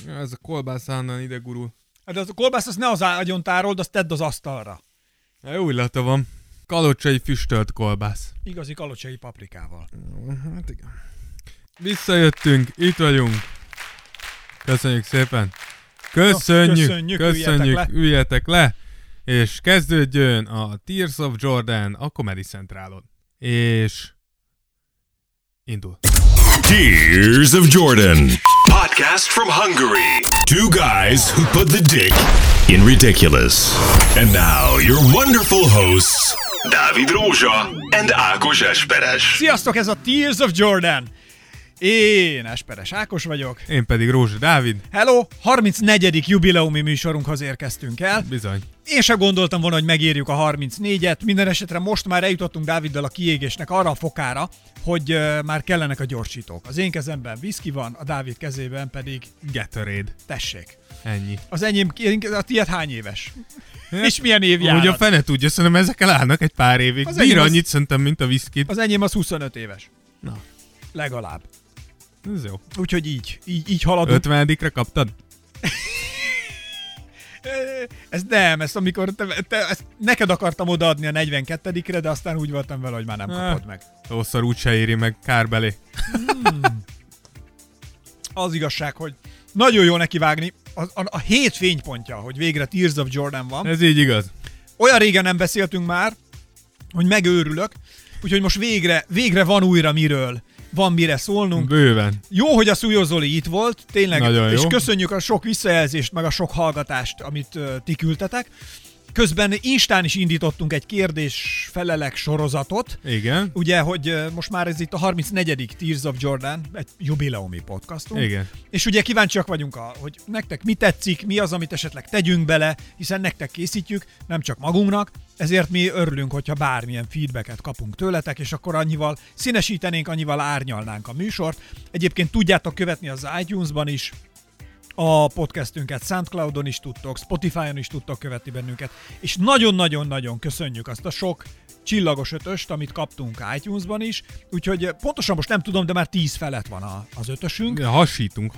Ez a kolbász állandóan ide gurul. De az a kolbász, azt ne az ágyon tárold, azt tedd az asztalra. Jó illata van. Kalocsai füstölt kolbász. Igazi kalocsai paprikával. Hát igen. Visszajöttünk, itt vagyunk. Köszönjük szépen. Köszönjük, üljetek le. És kezdődjön a Tears of Jordan a Comedy Centralon. És indul. Tears of Jordan. Podcast from Hungary. Two guys who put the dick in ridiculous. And now your wonderful hosts, Dávid Rózsa and Ákos Esperes. Sziasztok, ez a Tears of Jordan. Én Esperes Ákos vagyok. Én pedig Rózsa Dávid. Hello, 34. jubileumi műsorunkhoz érkeztünk el. Bizony. Én sem gondoltam volna, hogy megérjük a 34-et. Minden esetre most már eljutottunk Dáviddal a kiégésnek arra a fokára, hogy már kellenek a gyorsítók. Az én kezemben whisky van, a Dávid kezében pedig Gatorade. Tessék. Ennyi. Az enyém, a tiéd hány éves? És milyen évjárat? Úgy a fene tudja, szerintem ezekkel állnak egy pár évig. Bír annyit szerintem, mint a whisky. Az enyém az 25 éves. Na. Legalább. Ez jó. Úgyhogy így haladunk. 50-re kaptad? Ez nem, ezt amikor ezt neked akartam odaadni a 42-re, de aztán úgy voltam vele, hogy már nem kapod meg. Szószor úgy se éri meg, kár belé. Az igazság, hogy nagyon jó nekivágni. A hét fénypontja, hogy végre Tears of Jordan van. Ez így igaz. Olyan régen nem beszéltünk már, hogy megőrülök, úgyhogy most végre van újra miről. Van mire szólnunk. Bőven. Jó, hogy a Szújó Zoli itt volt, tényleg, nagyon jó. És köszönjük a sok visszajelzést, meg a sok hallgatást, amit ti küldtetek. Közben Instán is indítottunk egy kérdés-felelek sorozatot. Igen. Ugye, hogy most már ez itt a 34. Tears of Jordan, egy jubileumi podcastunk. Igen. És ugye kíváncsiak vagyunk, hogy nektek mi tetszik, mi az, amit esetleg tegyünk bele, hiszen nektek készítjük, nem csak magunknak, ezért mi örülünk, hogyha bármilyen feedbacket kapunk tőletek, és akkor annyival színesítenénk, annyival árnyalnánk a műsort. Egyébként tudjátok követni az iTunes-ban is, a podcastünket Soundcloudon is tudtok, Spotify-on is tudtok követni bennünket, és nagyon-nagyon-nagyon köszönjük azt a sok csillagos ötöst, amit kaptunk iTunes-ban is, úgyhogy pontosan most nem tudom, de már 10 felett van az ötösünk. Ja, hasítunk.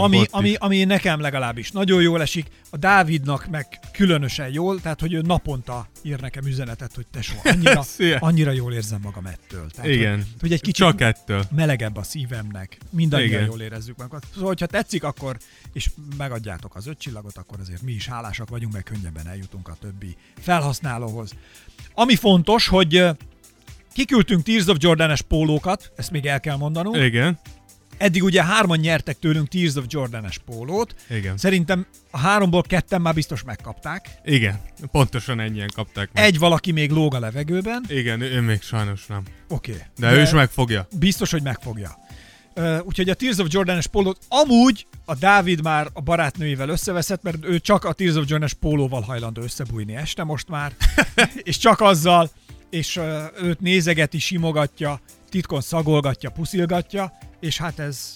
Ami nekem legalábbis nagyon jól esik, a Dávidnak meg különösen jól, tehát hogy ő naponta ír nekem üzenetet, hogy tesó, annyira jól érzem magam ettől. Tehát, igen, hogy egy kicsit csak ettől. Melegebb a szívemnek, mindannyian jól érezzük magunkat. Szóval, hogyha tetszik, akkor, és megadjátok az 5 csillagot, akkor azért mi is hálásak vagyunk, meg könnyebben eljutunk a többi felhasználóhoz. Ami fontos, hogy kiküldtünk Tears of Jordan-es pólókat, ezt még el kell mondanunk. Igen. Eddig ugye 3-an nyertek tőlünk Tears of Jordan-es pólót. Igen. Szerintem a 3-ból 2-en már biztos megkapták. Igen, pontosan ennyien kapták meg. Egy valaki még lóg a levegőben. Igen, ő még sajnos nem. Oké. De ő is megfogja. Biztos, hogy megfogja. Úgyhogy a Tears of Jordan-es pólót amúgy a Dávid már a barátnőivel összeveszett, mert ő csak a Tears of Jordan-es pólóval hajlandó összebújni este most már, és csak azzal, és őt nézegeti, simogatja, titkon szagolgatja, puszilgatja, és hát ez...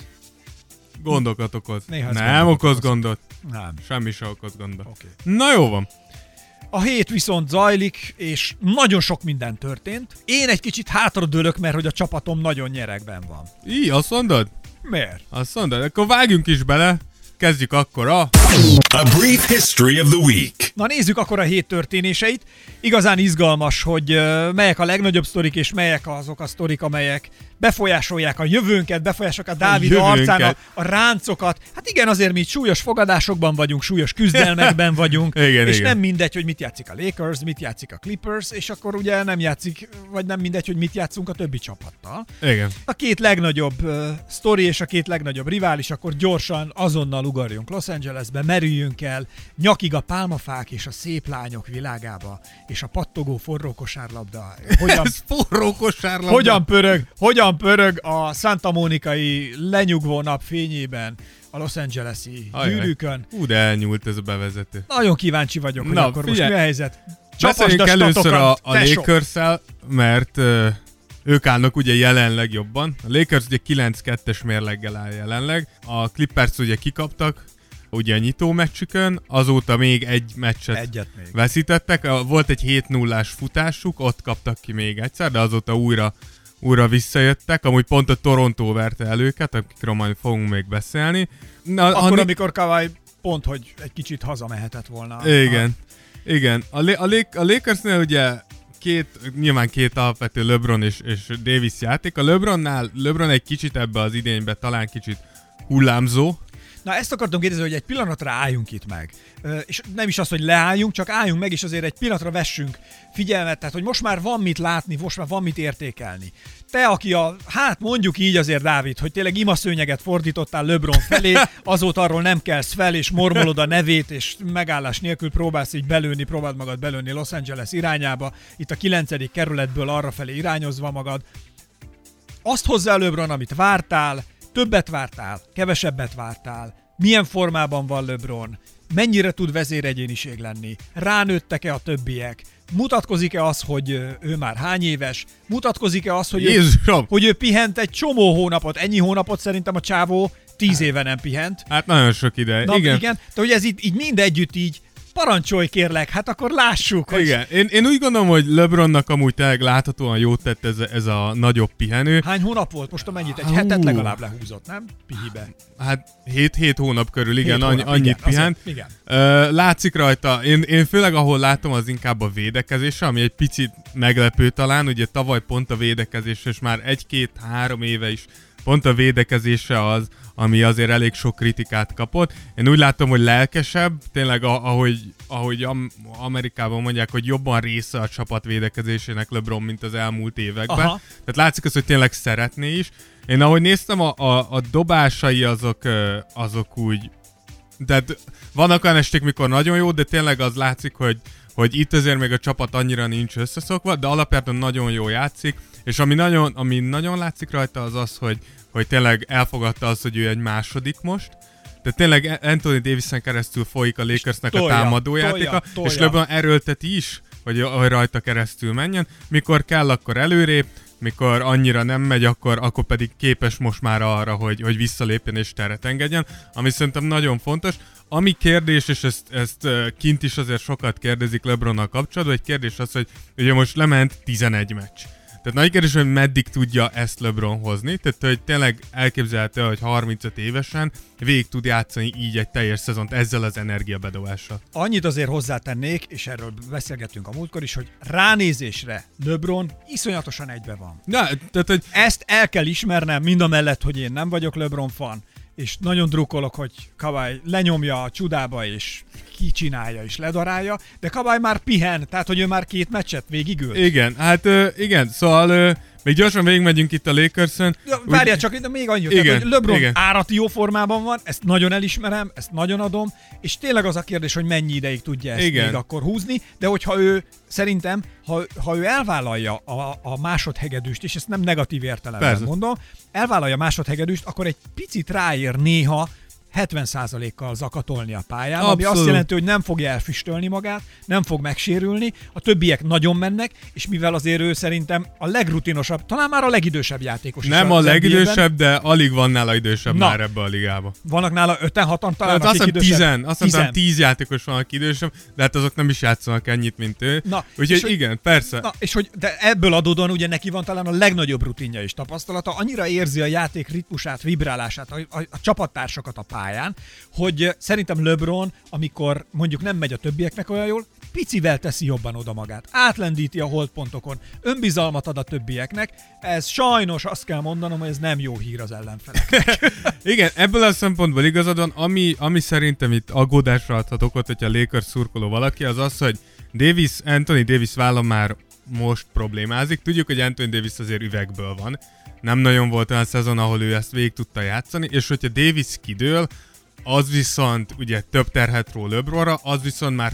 Gondokat okoz. Nem okoz gondot. Nem. Semmi se okoz gondot. Okay. Na jó van. A hét viszont zajlik, és nagyon sok minden történt. Én egy kicsit hátradőlök, mert hogy a csapatom nagyon nyeregben van. Azt mondod? Miért? Azt mondod? Akkor vágjunk is bele. Kezdjük akkor a brief history of the week. Na nézzük akkor a hét történéseit. Igazán izgalmas, hogy melyek a legnagyobb sztorik, és melyek azok a sztorik, amelyek befolyásolják a jövőnket, befolyásolják a Dávid arcán a ráncokat. Hát igen, azért mi súlyos fogadásokban vagyunk, súlyos küzdelmekben vagyunk, igen, és igen. nem mindegy, hogy mit játszik a Lakers, mit játszik a Clippers, és akkor ugye nem játszik, vagy nem mindegy, hogy mit játszunk a többi csapattal. Igen. A két legnagyobb sztori és a két legnagyobb rivális, akkor gyorsan azonnal ugorjunk Los Angelesbe, merüljünk el nyakig a pálmafák és a szép lányok világába, és a pattogó forró kosárlabda. Ez forró kosárlabda. Hogyan pörög a Santa Monicai lenyugvó nap fényében a Los Angeles-i gyűrűkön. De elnyúlt ez a bevezető. Nagyon kíváncsi vagyok, hogy akkor most mi a helyzet. Beszéljünk először a Lakers-szel, mert ők állnak ugye jelenleg jobban. A Lakers ugye 9-2-es mérleggel áll jelenleg. A Clippers ugye kikaptak, ugye a nyitó meccsükön, azóta még egy meccset veszítettek. Volt egy 7-0-ás futásuk, ott kaptak ki még egyszer, de azóta újra visszajöttek, amúgy pont a Toronto verte el őket, akikről majd fogunk még beszélni. Akkor, amikor Kawhi pont, hogy egy kicsit hazamehetett volna. Igen. A Lakersnél ugye nyilván két alapvető LeBron és Davis játék. A LeBron egy kicsit ebbe az idénybe talán kicsit hullámzó. Na ezt akartam kérdezni, hogy egy pillanatra álljunk itt meg. És nem is az, hogy leálljunk, csak álljunk meg, és azért egy pillanatra vessünk figyelmet, tehát hogy most már van mit látni, most már van mit értékelni. Te, aki mondjuk így azért, Dávid, hogy tényleg imaszőnyeget fordítottál LeBron felé, azóta arról nem kelsz fel, és mormolod a nevét, és megállás nélkül próbálsz így próbáld magad belőni Los Angeles irányába, itt a 9. kerületből arrafelé irányozva magad. Azt hozzá LeBron, amit vártál, többet vártál, kevesebbet vártál, milyen formában van LeBron, mennyire tud vezéregyéniség lenni, ránőttek-e a többiek, mutatkozik-e az, hogy ő már hány éves, mutatkozik-e az, hogy ő pihent egy csomó hónapot, ennyi hónapot szerintem a csávó 10 éve nem pihent. Hát nagyon sok ideje. Igen. De hogy ez így mind együtt így, parancsolj kérlek, hát akkor lássuk. Hogy... Igen, én úgy gondolom, hogy LeBronnak amúgy tényleg láthatóan jót tett ez a nagyobb pihenő. Hány hónap volt? Most mennyit? Egy hetet legalább lehúzott, nem? Pihibe. Hát 7 hónap körül, igen, annyit pihent. Igen. Látszik rajta, én főleg ahol látom, az inkább a védekezése, ami egy picit meglepő talán, ugye tavaly pont a védekezés, és már 1-2-3 éve is pont a védekezése az, ami azért elég sok kritikát kapott. Én úgy látom, hogy lelkesebb, tényleg ahogy Amerikában mondják, hogy jobban része a csapat védekezésének LeBron, mint az elmúlt években. Aha. Tehát látszik az, hogy tényleg szeretné is. Én ahogy néztem, a dobásai azok úgy... Tehát vannak olyan esték, mikor nagyon jó, de tényleg az látszik, hogy itt azért még a csapat annyira nincs összeszokva, de alapjáton nagyon jó játszik, és ami nagyon látszik rajta az, hogy tényleg elfogadta azt, hogy ő egy második most. Tehát tényleg Anthony Davisen keresztül folyik a Lakersnek a támadójátéka, és LeBron erőlteti is, hogy rajta keresztül menjen. Mikor kell, akkor előrébb, mikor annyira nem megy, akkor pedig képes most már arra, hogy visszalépjen és teret engedjen, ami szerintem nagyon fontos. Ami kérdés, és ezt kint is azért sokat kérdezik LeBronnal kapcsolatban, egy kérdés az, hogy ugye most lement 11 meccs. Tehát nagy kérdés, hogy meddig tudja ezt LeBron hozni, tehát hogy tényleg elképzelhető, hogy 35 évesen végig tud játszani így egy teljes szezont ezzel az energiabedobással. Annyit azért hozzátennék, és erről beszélgettünk a múltkor is, hogy ránézésre LeBron iszonyatosan egybe van. Na, tehát, hogy... Ezt el kell ismernem, mindamellett, hogy én nem vagyok LeBron fan, és nagyon drukkolok, hogy Kawhi lenyomja a csudába, és kicsinálja és ledarálja, de Kawhi már pihen, tehát hogy ő már 2 meccset végigült. Igen, hát igen, szóval még gyorsan végigmegyünk itt a Lakersen. Ja, várjál csak, de még annyit, tehát, hogy LeBron árati jó formában van, ezt nagyon elismerem, ezt nagyon adom, és tényleg az a kérdés, hogy mennyi ideig tudja ezt még akkor húzni, de hogyha ő, szerintem, ha ő elvállalja a másodhegedűst, és ezt nem negatív értelemben mondom, elvállalja a másodhegedűst, akkor egy picit ráér néha 70%-kal zakatolni a pályán, ami azt jelenti, hogy nem fogja elfüstölni magát, nem fog megsérülni, a többiek nagyon mennek, és mivel azért ő szerintem a legrutinosabb, talán már a legidősebb játékos is. Nem a legidősebb, de alig van nála idősebb már ebbe a ligában. Vannak nála 5-6-an talán, akik idősebb? Azt hiszem 10 játékos van, aki idősebb, de hát azok nem is játszanak ennyit, mint ő. Úgyhogy igen, persze. Na, és hogy de ebből adódóan ugye neki van talán a legnagyobb rutinja és tapasztalata, annyira érzi a játék ritmusát, vibrálását, a csapattársakat a pályán, hogy szerintem LeBron, amikor mondjuk nem megy a többieknek olyan jól, picivel teszi jobban oda magát. Átlendíti a holdpontokon, önbizalmat ad a többieknek. Ez sajnos azt kell mondanom, hogy ez nem jó hír az ellenfeleknek. Igen, ebből a szempontból igazad van, ami szerintem itt aggódásra adhat okot, hogyha Lakers szurkoló valaki, az, hogy Anthony Davis válla már most problémázik. Tudjuk, hogy Anthony Davis azért üvegből van. Nem nagyon volt olyan szezon, ahol ő ezt végig tudta játszani, és hogyha Davis kidől, az viszont ugye több terhet ró LeBronra, az viszont már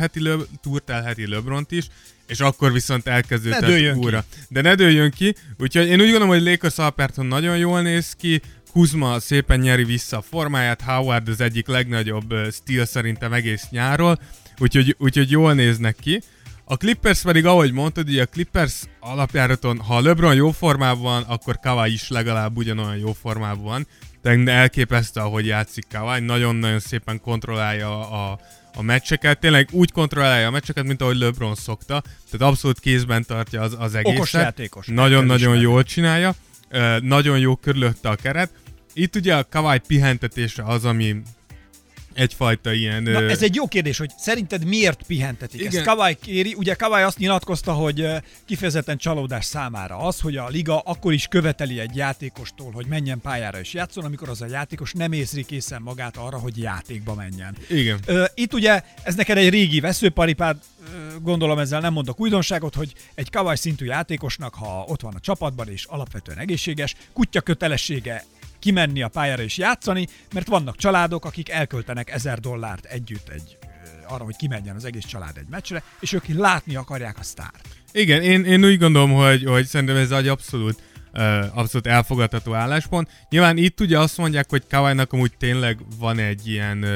túlterheti LeBront is, és akkor viszont elkezdődhet újra. De ne dőljön ki, úgyhogy én úgy gondolom, hogy Lakers alapjáton nagyon jól néz ki, Kuzma szépen nyeri vissza a formáját, Howard az egyik legnagyobb steal szerintem egész nyáról, úgyhogy jól néznek ki. A Clippers pedig, ahogy mondtad, ugye a Clippers alapjáraton, ha LeBron jó formában van, akkor Kawhi is legalább ugyanolyan jó formában van. De elképesztő, ahogy játszik Kawhi, nagyon-nagyon szépen kontrollálja a meccseket, tényleg úgy kontrollálja a meccseket, mint ahogy LeBron szokta, tehát abszolút kézben tartja az egészet. Okos játékos. Nagyon-nagyon jól csinálja, nagyon jó körülötte a keret. Itt ugye a Kawhi pihentetése az, ami egyfajta ilyen... Na, ez egy jó kérdés, hogy szerinted miért pihentetik? Igen. Ezt Kawhi kéri. Ugye Kawhi azt nyilatkozta, hogy kifejezetten csalódás számára az, hogy a liga akkor is követeli egy játékostól, hogy menjen pályára és játszon, amikor az a játékos nem érzi készen magát arra, hogy játékba menjen. Igen. Itt ugye ez neked egy régi veszőparipád, gondolom ezzel nem mondok újdonságot, hogy egy Kawhi szintű játékosnak, ha ott van a csapatban és alapvetően egészséges, kutya kötelessége kimenni a pályára és játszani, mert vannak családok, akik elköltenek $1000 együtt arra, hogy kimenjen az egész család egy meccsre, és ők látni akarják a sztárt. Igen, én úgy gondolom, hogy szerintem ez egy abszolút elfogadható álláspont. Nyilván itt ugye azt mondják, hogy Kawhinak amúgy tényleg van egy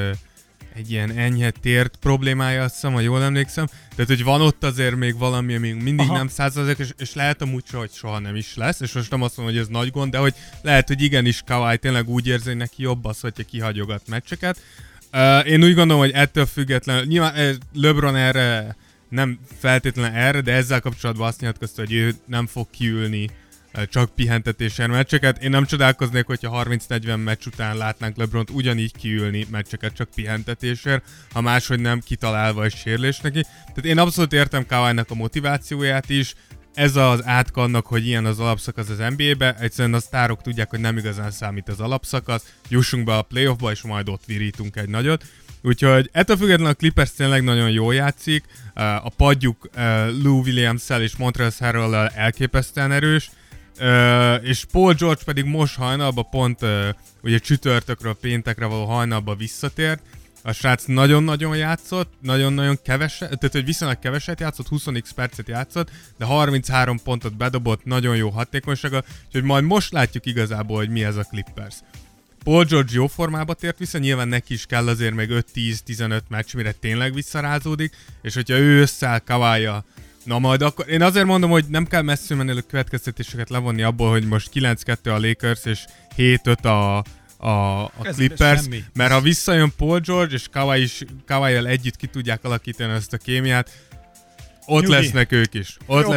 ilyen enyhe tért problémája, azt hiszem, ha jól emlékszem. Tehát, hogy van ott azért még valami, ami mindig nem 100%, és lehet amúgy, hogy soha nem is lesz, és most nem azt mondom, hogy ez nagy gond, de hogy lehet, hogy igenis Kawhi tényleg úgy érzi, hogy neki jobb az, hogyha kihagyogat meccseket. Én úgy gondolom, hogy ettől függetlenül, nyilván LeBron erre, nem feltétlenül erre, de ezzel kapcsolatban azt nyilatkozta, hogy ő nem fog kiülni csak pihentetésen meccseket. Én nem csodálkoznék, hogyha 30-40 meccs után látnánk LeBront ugyanígy kiülni meccseket csak pihentetésért, ha máshogy nem kitalálva és sérülés neki. Tehát én abszolút értem Kawhinak a motivációját is. Ez az átka annak, hogy ilyen az alapszakasz az NBA-be. Egyszerűen a sztárok tudják, hogy nem igazán számít az alapszakasz. Jussunk be a playoffba, és majd ott virítunk egy nagyot. Úgyhogy ettől függetlenül a Clippers tényleg nagyon jól játszik. A padjuk Lou Williams-szel és Montrezl Harrell-lel elképesztően erős. És Paul George pedig most hajnalban pont ugye csütörtökről péntekre való hajnalban visszatért. A srác nagyon-nagyon játszott, nagyon-nagyon keveset, tehát hogy viszonylag keveset játszott, 20x percet játszott, de 33 pontot bedobott, nagyon jó hatékonysága, úgyhogy majd most látjuk igazából, hogy mi ez a Clippers. Paul George jó formába tért vissza, nyilván neki is kell azért még 5-10-15 meccs, mire tényleg visszarázódik, és hogyha ő összeáll Kawhi-ja, na majd akkor, én azért mondom, hogy nem kell messzül menni a következtetéseket levonni abból, hogy most 9-2 a Lakers és 7-5 a Clippers, mert ha visszajön Paul George és Kawhi-jal együtt ki tudják alakítani ezt a kémiát, ott lesznek ők is.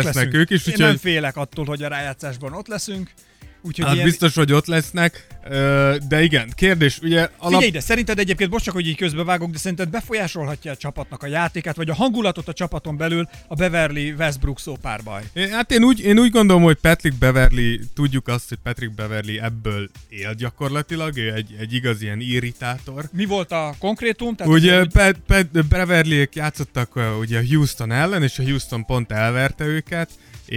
Én nem félek attól, hogy a rájátszásban ott leszünk. Hát biztos, hogy ott lesznek, de igen, kérdés, ugye... Figyelj ide, szerinted egyébként, most csak, hogy így közbevágok, de szerinted befolyásolhatja a csapatnak a játékát, vagy a hangulatot a csapaton belül a Beverly-Westbrook szópárbaj? Hát én úgy gondolom, hogy Patrick Beverly, tudjuk azt, hogy Patrick Beverly ebből él gyakorlatilag, ő egy igazi ilyen irritátor. Mi volt a konkrétum? Tehát ugye Beverlyék játszottak ugye a Houston ellen, és a Houston pont elverte őket,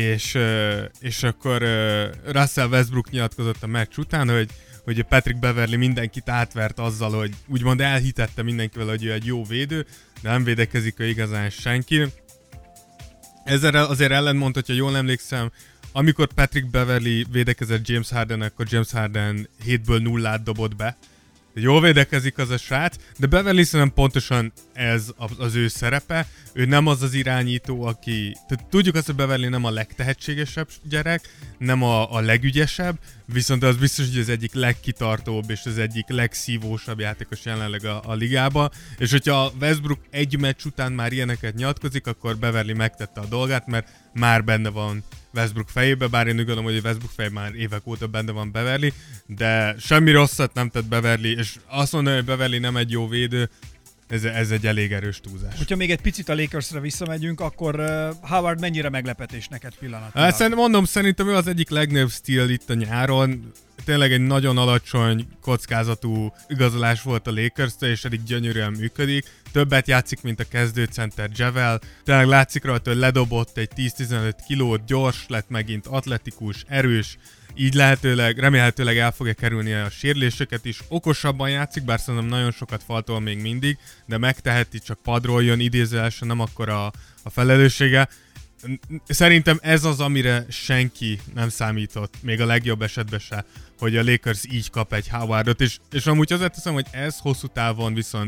és akkor Russell Westbrook nyilatkozott a meccs után, hogy Patrick Beverly mindenkit átvert azzal, hogy úgymond elhitette mindenkivel, hogy ő egy jó védő, de nem védekezik ő igazán senki. Ezzel azért ellentmond, hogyha jól emlékszem, amikor Patrick Beverly védekezett James Harden, akkor James Harden 7-ből 0-át dobott be. Jól védekezik az a srác, de Beverly szerintem pontosan ez az ő szerepe. Ő nem az az irányító, aki... Tehát tudjuk azt, hogy Beverly nem a legtehetségesebb gyerek, nem a legügyesebb, viszont az biztos, hogy az egyik legkitartóbb és az egyik legszívósabb játékos jelenleg a ligában. És hogyha Westbrook egy meccs után már ilyeneket nyilatkozik, akkor Beverly megtette a dolgát, mert már benne van Westbrook fejébe, bár én úgy gondolom, hogy Westbrook fejében már évek óta benne van Beverly, de semmi rosszat nem tett Beverly, és azt mondani, hogy Beverly nem egy jó védő, ez egy elég erős túlzás. Hogyha még egy picit a Lakersre visszamegyünk, akkor Howard mennyire meglepetés neked pillanatban? Szerintem ő az egyik legnagyobb stíl itt a nyáron. Tényleg egy nagyon alacsony kockázatú igazolás volt a Lakers-től, és eddig gyönyörűen működik. Többet játszik, mint a kezdőcenter Javel. Tényleg látszik rajta, hogy ledobott egy 10-15 kilót, gyors lett megint, atletikus, erős. Így remélhetőleg el fogja kerülni a sérüléseket is. Okosabban játszik, bár szerintem nagyon sokat faltol még mindig, de megteheti, csak padról jön, idézőjelesen nem akkora a felelőssége. Szerintem ez az, amire senki nem számított, még a legjobb esetben se, hogy a Lakers így kap egy Howardot, és amúgy azért teszem, hogy ez hosszú távon viszont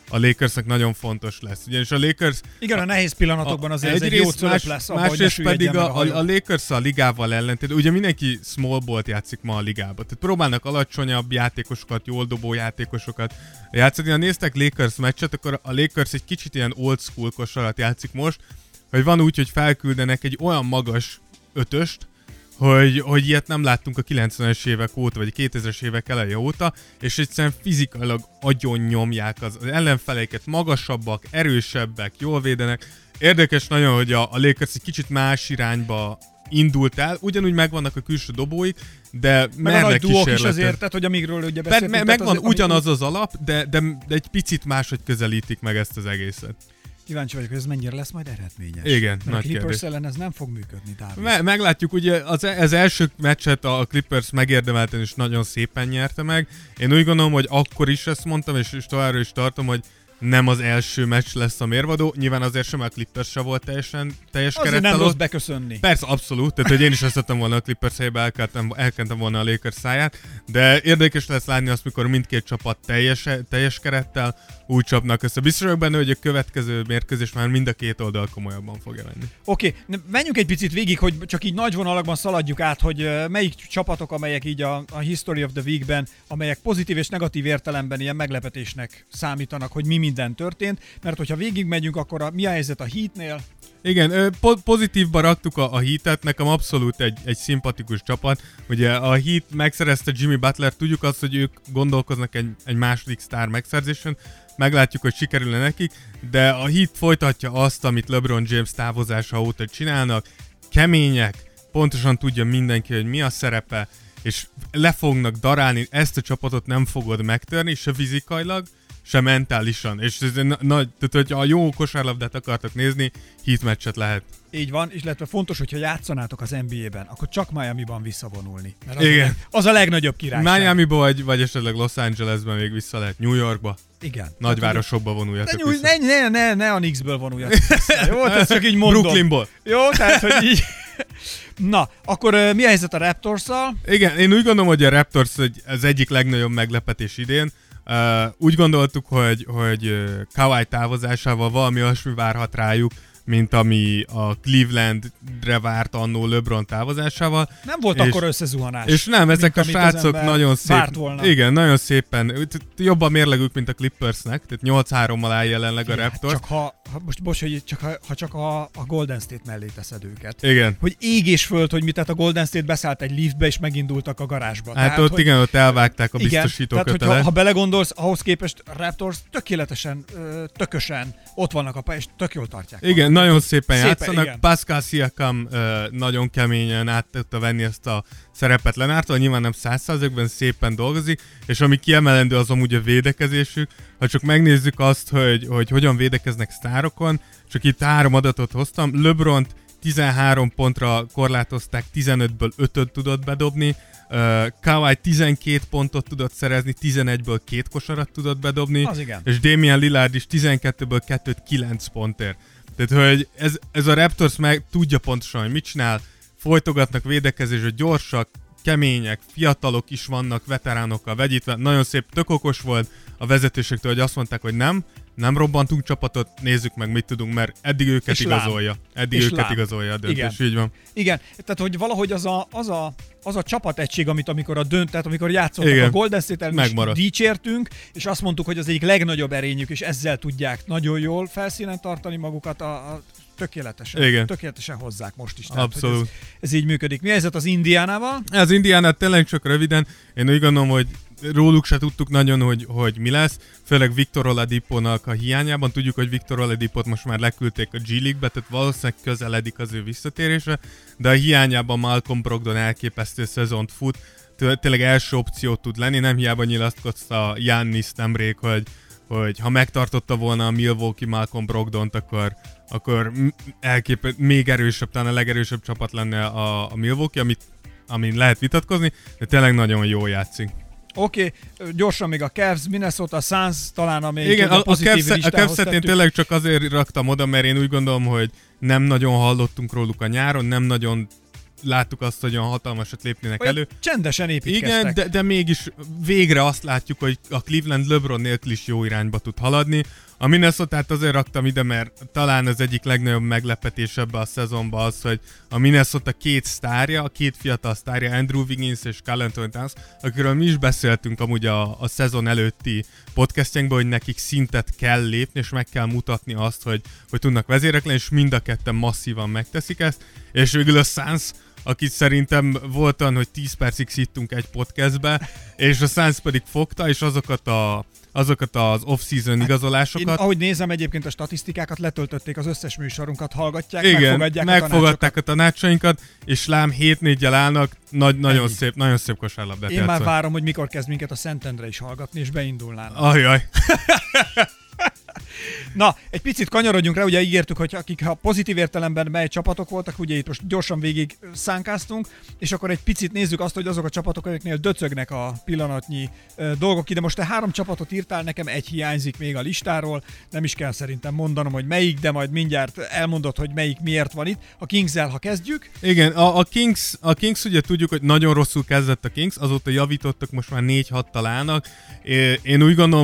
Lakersnek nagyon fontos lesz. Ugyanis a Lakers... Igen, a nehéz pillanatokban azért ez egy jó cölöp lesz. Másrészt pedig a Lakers a ligával ellentétben, ugye mindenki small ball-t játszik ma a ligában. Tehát próbálnak alacsonyabb játékosokat, jól dobó játékosokat játszani. Ha néztek Lakers meccset, akkor a Lakers egy kicsit ilyen old school kosarat játszik most, hogy van úgy, hogy felküldenek egy olyan magas ötöst, hogy ilyet nem láttunk a 90-es évek óta, vagy a 2000-es évek eleje óta, és egyszerűen fizikailag agyon nyomják az ellenfeleiket, magasabbak, erősebbek, jól védenek. Érdekes nagyon, hogy a Lakers egy kicsit más irányba indult el, ugyanúgy megvannak a külső dobóik, de mernek kísérletet. Is azért, tehát, hogy amikről ugye beszéltünk. Megvan ugyanaz az alap, de egy picit máshogy közelítik meg ezt az egészet. Kíváncsi vagyok, hogy ez mennyire lesz majd eredményes. Igen, nagy kérdés. A Clippers ellen ez nem fog működni, Dávid. Meglátjuk, ugye az első meccset a Clippers megérdemelten is nagyon szépen nyerte meg. Én úgy gondolom, hogy akkor is ezt mondtam, és továbbra is tartom, hogy nem az első meccs lesz a mérvadó. Nyilván azért sem a Clippers se volt teljes kerettel. Azért nem rossz beköszönni. Persze, abszolút. Tehát, hogy én is ezt tettem volna a Clippers helyébe, elkentem volna a Lakers száját. De érdekes lesz látni azt, mikor mindkét csapat teljes kerettel úgy csapnak össze. Biztos vagyok benne, hogy a következő mérkőzés már mind a két oldal komolyabban fogja venni. Oké, menjünk egy picit végig, hogy csak így nagy vonalakban szaladjuk át, hogy melyik csapatok, amelyek így a History of the Week-ben, amelyek pozitív és negatív értelemben ilyen meglepetésnek számítanak, hogy mi minden történt, mert hogyha végigmegyünk, akkor mi a helyzet a Heatnél? Igen, pozitívba raktuk a Heatet, nekem abszolút egy szimpatikus csapat. Ugye a Heat megszerezte Jimmy Butler, tudjuk azt, hogy ők gondolkoznak egy második sztár megszerzésen, meglátjuk, hogy sikerül nekik, de a Heat folytatja azt, amit LeBron James távozása óta csinálnak, kemények, pontosan tudja mindenki, hogy mi a szerepe, és le fognak darálni, ezt a csapatot nem fogod megtörni, se fizikailag, se mentálisan, és ez nagy, tehát hogyha a jó kosárlabdát akartak nézni, Heat meccset lehet. Így van, és illetve fontos, hogyha játszanátok az NBA-ben, akkor csak Miami-ban visszavonulni. Mert igen. Az a legnagyobb királyság. Miami-ba vagy esetleg Los Angelesben még vissza lehet, New Yorkba. Igen. Nagyvárosokba vonuljatok vissza. Ne a Knicksből vonuljatok vissza. Jó, ezt csak így mondom. Brooklynból. Jó, tehát, hogy így... Na, akkor mi a helyzet a Raptorsszal? Igen, én úgy gondolom, hogy a Raptors az egyik legnagyobb meglepetés idén. Úgy gondoltuk, hogy Kawhi távozásával valami olyasmi várhat rájuk, mint ami a Clevelandre várt annó LeBron távozásával. Nem volt akkor összezuhanás. És nem, ezek a srácok nagyon igen, nagyon szépen, jobban mérlegük, mint a Clippersnek, tehát 8-3-mal áll jelenleg a Raptors. Csak csak a Golden State mellé teszed őket. Igen. Hogy ég és föld, hogy tehát a Golden State beszállt egy liftbe, és megindultak a garázsba. Hát tehát, ott elvágták a biztosító kötelet. Tehát, ha belegondolsz, ahhoz képest a Raptors tökéletesen, tökösen ott vannak a pályán, és tök jól tartják. Igen, nagyon szépen játszanak. Igen. Pascal Siakam nagyon keményen át tudta venni ezt a szerepet Lenártól, nyilván nem 100%-ban szépen dolgozik, és ami kiemelendő az amúgy a védekezésük. Ha csak megnézzük azt, hogy hogyan védekeznek sztárokon, csak itt 3 adatot hoztam. LeBront 13 pontra korlátozták, 15-ből 5-öt tudott bedobni, Kawhi 12 pontot tudott szerezni, 11-ből 2 kosarat tudott bedobni, és Damian Lillard is 12-ből 2-t 9 pontért. Tehát, hogy ez a Raptors meg tudja pontosan, hogy mit csinál, folytogatnak védekezésre, gyorsak, kemények, fiatalok is vannak, veteránokkal vegyítve, nagyon szép, tök okos volt a vezetőségtől, hogy azt mondták, hogy nem robbantunk csapatot, nézzük meg, mit tudunk, mert eddig őket igazolja. Igazolja a döntés, így van. Igen, tehát hogy valahogy az a csapategység, amikor játszottak a Golden State-el, dicsértünk, és azt mondtuk, hogy az egyik legnagyobb erényük, és ezzel tudják nagyon jól felszínen tartani magukat tökéletesen hozzák most is. Tehát, abszolút. Ez így működik. Mi a helyzet az Indiánával? Az Indiánát tényleg csak röviden. Én úgy gondolom, hogy róluk se tudtuk nagyon, hogy mi lesz, főleg Victor Oladiponak a hiányában. Tudjuk, hogy Victor Oladipot most már leküldték a G League-be, tehát valószínűleg közeledik az ő visszatérése, de a hiányában Malcolm Brogdon elképesztő szezont fut, tényleg első opciót tud lenni, nem hiába nyilatkozta Giannis nemrég, hogy ha megtartotta volna a Milwaukee Malcolm Brogdont, akkor még erősebb, talán a legerősebb csapat lenne a Milwaukee, amin lehet vitatkozni, de tényleg nagyon jól játszik. Oké, gyorsan még a Cavs, Minnesota Suns, talán amelyik igen, a pozitív listához a Cavs-et én tényleg csak azért raktam oda, mert én úgy gondolom, hogy nem nagyon hallottunk róluk a nyáron, nem nagyon láttuk azt, hogy olyan hatalmasat lépnének elő. Csendesen építkeztek. Igen, de mégis végre azt látjuk, hogy a Cleveland LeBron nélkül is jó irányba tud haladni. A Minnesotát azért raktam ide, mert talán az egyik legnagyobb meglepetés ebbe a szezonban az, hogy a Minnesota két fiatal sztárja, Andrew Wiggins és Karl Anthony Towns, akiről mi is beszéltünk amúgy a szezon előtti podcastjainkban, hogy nekik szintet kell lépni, és meg kell mutatni azt, hogy tudnak vezérek lenni, és mind a ketten masszívan megteszik ezt, és végül a Suns, akit szerintem volt olyan, hogy 10 percig szittunk egy podcastbe, és a Suns pedig fogta, és azokat az off-season igazolásokat. Én, ahogy nézem egyébként a statisztikákat, letöltötték az összes műsorunkat, hallgatják, igen, megfogadták a tanácsainkat, és lám 7-4-jel állnak, nagyon szép kosárlabdát Én már várom, hogy mikor kezd minket a Szentendre is hallgatni, és beindulnának. Ajaj. Na, egy picit kanyarodjunk rá, ugye ígértük, hogy akik pozitív értelemben mely csapatok voltak, ugye itt most gyorsan végig szánkáztunk, és akkor egy picit nézzük azt, hogy azok a csapatok, akiknél döcögnek a pillanatnyi dolgok ide. Most te 3 csapatot írtál, nekem egy hiányzik még a listáról, nem is kell szerintem mondanom, hogy melyik, de majd mindjárt elmondod, hogy melyik miért van itt. A Kings-el, ha kezdjük. Igen, a Kings ugye tudjuk, hogy nagyon rosszul kezdett a Kings, azóta javítottak, most már 4-6-tal állnak. Én úgy gondolom,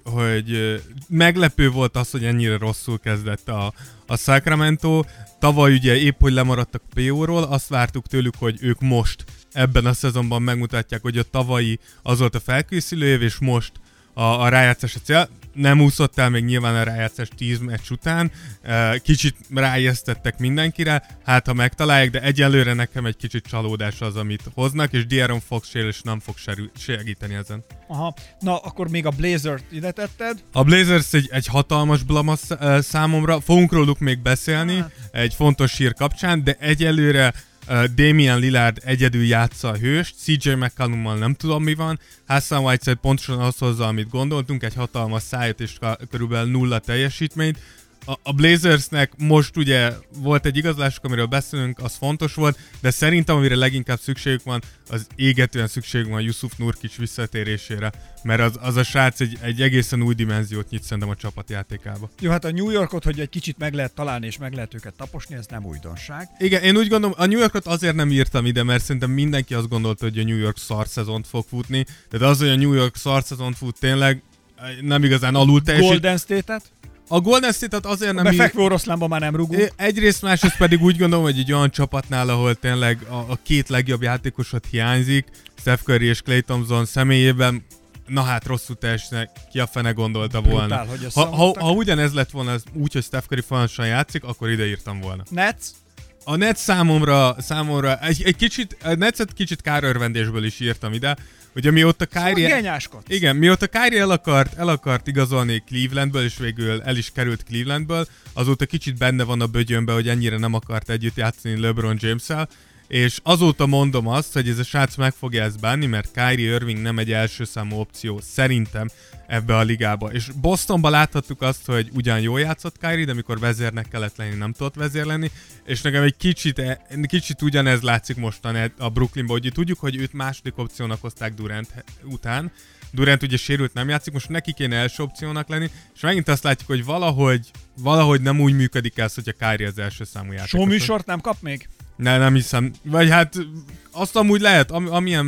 hogy meglepő volt az, hogy ennyire rosszul kezdett a Sacramento. Tavaly ugye épp, hogy lemaradtak PO-ról, azt vártuk tőlük, hogy ők most ebben a szezonban megmutatják, hogy a tavalyi az volt a felkészülő év, és most a rájátszás a cél. Nem úszott el még nyilván a rájátszás 10 meccs után, kicsit ráijesztettek mindenkire, hát ha megtalálják, de egyelőre nekem egy kicsit csalódás az, amit hoznak, és De'Aaron Fox sérülés nem fog segíteni ezen. Aha, na akkor még a Blazers-t ide tetted. A Blazers egy hatalmas blama számomra, fogunk róluk még beszélni, egy fontos hír kapcsán, de egyelőre Damian Lillard egyedül játsza a hőst, CJ McCollummal nem tudom mi van, Hassan Whiteside pontosan azt hozza, amit gondoltunk, egy hatalmas szájt és körülbelül 0 teljesítményt. A Blazersnek most ugye volt egy igazolásuk, amiről beszélünk, az fontos volt, de szerintem amire leginkább szükségük van, az égetően szükségük van Jusuf Nurkic visszatérésére, mert az a srác egy egészen új dimenziót nyit szerintem a csapatjátékába. Jó, hát a New Yorkot, hogy egy kicsit meg lehet találni és meg lehet őket taposni, ez nem újdonság. Igen, én úgy gondolom, a New Yorkot azért nem írtam ide, mert szerintem mindenki azt gondolta, hogy a New York szar szezont fog futni, de az, hogy a New York szar szezont fut, tényleg nem igazán alul teljesít. Golden State-et? A Golden State-et azért nem... Befekvő oroszlánban már nem rugunk. Egyrészt, másrészt pedig úgy gondolom, hogy egy olyan csapatnál, ahol tényleg a két legjobb játékosot hiányzik, Steph Curry és Klay Thompson személyében, na hát rosszul teljesítene, ki a fene gondolta volna. Brutál, ha ugyanez lett volna úgy, hogy Steph Curry folyamatosan játszik, akkor ide írtam volna. Nets? A Nets számomra egy kicsit, a Netset kicsit kárörvendésből is írtam ide, ugye mióta Kyrie... Igen, mióta Kyrie el akart igazolni Clevelandből, és végül el is került Clevelandből, azóta kicsit benne van a bögyönbe, hogy ennyire nem akart együtt játszani LeBron James-el, és azóta mondom azt, hogy ez a srác meg fogja ezt bánni, mert Kyrie Irving nem egy első számú opció szerintem ebbe a ligába. És Bostonban láthattuk azt, hogy ugyan jól játszott Kyrie, de amikor vezérnek kellett lenni, nem tudott vezér lenni, és nekem egy kicsit ugyanez látszik mostan a Brooklynban, hogy tudjuk, hogy őt második opciónak hozták Durant után. Durant ugye sérült, nem játszik, most neki kéne első opciónak lenni, és megint azt látjuk, hogy valahogy nem úgy működik ez, hogy a Kyrie az első számú játékos. Showműsort nem kap még? Nem hiszem. Vagy hát azt amúgy lehet, amilyen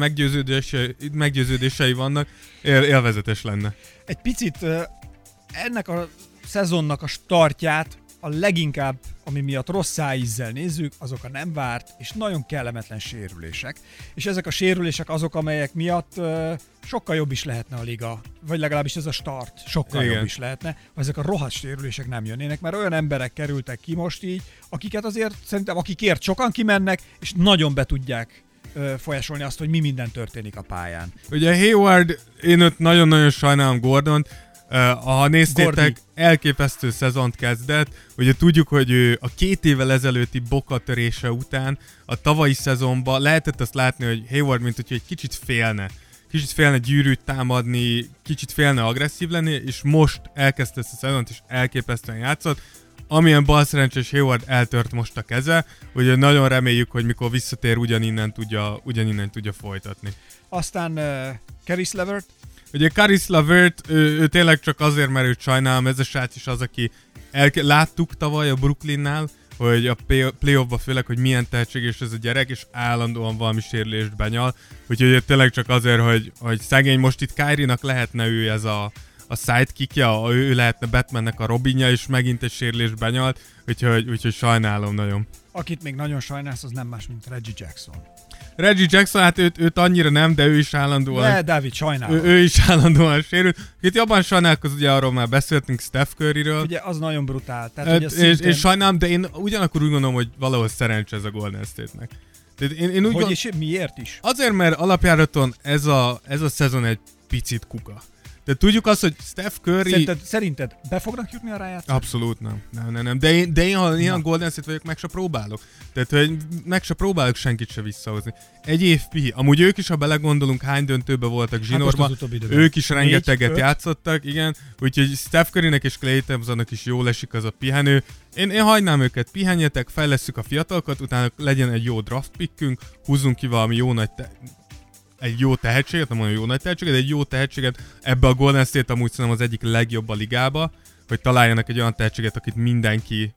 meggyőződései vannak, élvezetes lenne. Egy picit ennek a szezonnak a startját a leginkább, ami miatt rossz szájízzel nézzük, azok a nem várt és nagyon kellemetlen sérülések. És ezek a sérülések azok, amelyek miatt sokkal jobb is lehetne a liga, vagy legalábbis ez a start sokkal jobb is lehetne, ha ezek a rohadt sérülések nem jönnének, mert olyan emberek kerültek ki most így, akiket azért szerintem, akikért sokan kimennek, és nagyon be tudják folyásolni azt, hogy mi minden történik a pályán. Ugye Hayward, én őt nagyon-nagyon sajnálom, Gordont, ha néztétek, elképesztő szezont kezdett. Ugye tudjuk, hogy ő a 2 évvel ezelőtti bokatörése után a tavalyi szezonban lehetett azt látni, hogy Hayward, mint hogy egy kicsit félne gyűrűt támadni, kicsit félne agresszív lenni, és most elkezdte ezt a szezont, és elképesztően játszott. Amilyen balszerencsés Hayward eltört most a keze, ugye nagyon reméljük, hogy mikor visszatér, ugyaninnen tudja folytatni. Aztán Caris LeVert. Ugye Caris LeVert, ő tényleg csak azért, mert őt sajnálom, ez a srác is az, aki láttuk tavaly a Brooklynnál, hogy a playoffban főleg, hogy milyen tehetséges ez a gyerek, és állandóan valami sérülést benyal. Úgyhogy tényleg csak azért, hogy szegény most itt Kyrie-nak lehetne ő ez a sidekickja, ő lehetne Batmannek a Robinja, és megint egy sérülést benyalt, úgyhogy sajnálom nagyon. Akit még nagyon sajnálsz, az nem más, mint Reggie Jackson. Reggie Jackson, hát őt annyira nem, de ő is állandóan... De, Dávid, sajnálom. Ő is állandóan sérül. Itt jobban sajnálkoz, ugye arról már beszéltünk, Steph Curryről. Ugye, az nagyon brutál. Tehát, ugye szintén... és sajnálom, de én ugyanakkor úgy gondolom, hogy valahol szerencsé ez a Golden State-nek. Én úgy és miért is? Azért, mert alapjáraton ez a szezon egy picit kuka. De tudjuk azt, hogy Steph Curry... Szerinted be fognak jutni a rájátszásra? Abszolút nem. De én ha ilyen Golden State vagyok, meg se próbálok. Tehát, hogy meg se próbálok senkit se visszahozni. Egy év pihi. Amúgy ők is, ha belegondolunk, hány döntőbe voltak zsinórban, ők is rengeteget játszottak, igen. Úgyhogy Steph Currynek és Klay Thompsonnak is jól esik az a pihenő. Én hagynám őket, pihenjetek, fejlesszük a fiatalokat, utána legyen egy jó draft pickünk, húzzunk ki valami jó nagy egy jó tehetséget, nem mondom jó nagy tehetséget, de egy jó tehetséget. Ebbe a Golden State amúgy szerintem az egyik legjobb a ligába, hogy találjanak egy olyan tehetséget, akit mindenki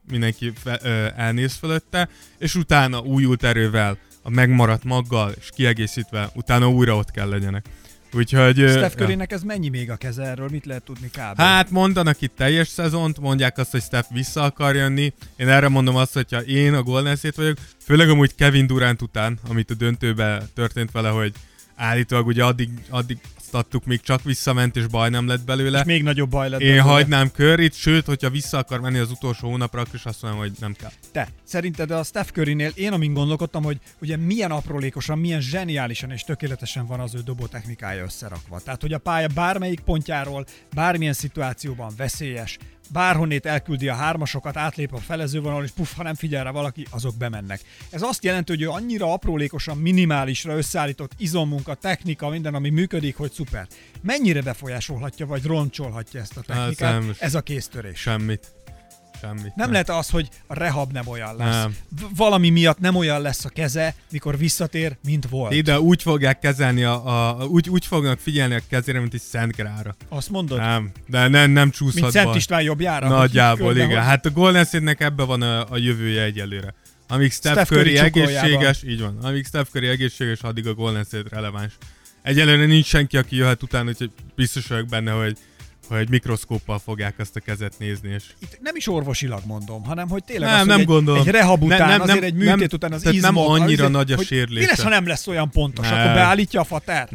elnéz fölötte, és utána újult erővel, a megmaradt maggal, és kiegészítve, utána újra ott kell legyenek. Úgyhogy... Steph Currynek ez mennyi még a keze erről? Mit lehet tudni kb? Hát mondanak itt teljes szezont, mondják azt, hogy Steph vissza akar jönni. Én erre mondom azt, hogyha én a Golden State vagyok, főleg amúgy Kevin Durant után, amit a döntőben történt vele, hogy állítólag ugye addig azt adtuk, még csak visszament, és baj nem lett belőle. És még nagyobb baj lett belőle. Én hagynám Curryt, sőt, hogyha vissza akar menni az utolsó hónapra, akkor is azt mondom, hogy nem kell. Te, szerinted a Steph Currynél én amin gondolkodtam, hogy ugye milyen aprólékosan, milyen zseniálisan és tökéletesen van az ő dobótechnikája összerakva. Tehát, hogy a pálya bármelyik pontjáról, bármilyen szituációban veszélyes, bárhonnét elküldi a hármasokat, átlép a felezővonal, és ha nem figyel rá valaki, azok bemennek. Ez azt jelenti, hogy ő annyira aprólékosan, minimálisra összeállított izommunka, technika, minden, ami működik, hogy szuper. Mennyire befolyásolhatja, vagy roncsolhatja ezt a technikát, ez a kéztörés? Semmit. Nem lehet az, hogy a rehab nem olyan lesz. Valami miatt nem olyan lesz a keze, mikor visszatér, mint volt. Ide úgy fogják kezelni, úgy fognak figyelni a kezére, mint egy Szent Grára. Azt mondod? Nem, de nem csúszhat. Mint Szent István jobbjára? Nagyjából, igen. Hát a Golden State-nek ebben van a jövője egyelőre. Amíg Steph Curry egészséges, így van. Amíg Steph Curry egészséges, addig a Golden State releváns. Egyelőre nincs senki, aki jöhet utána, úgyhogy biztos vagyok benne, hogy mikroszkóppal fogják azt a kezet nézni. És... Itt nem is orvosilag mondom, hanem hogy tényleg egy rehab után, azért egy műtét után az izmok... Nem annyira azért, nagy a sérülés. Mi lesz, ha nem lesz olyan pontos? Akkor beállítja a fatert?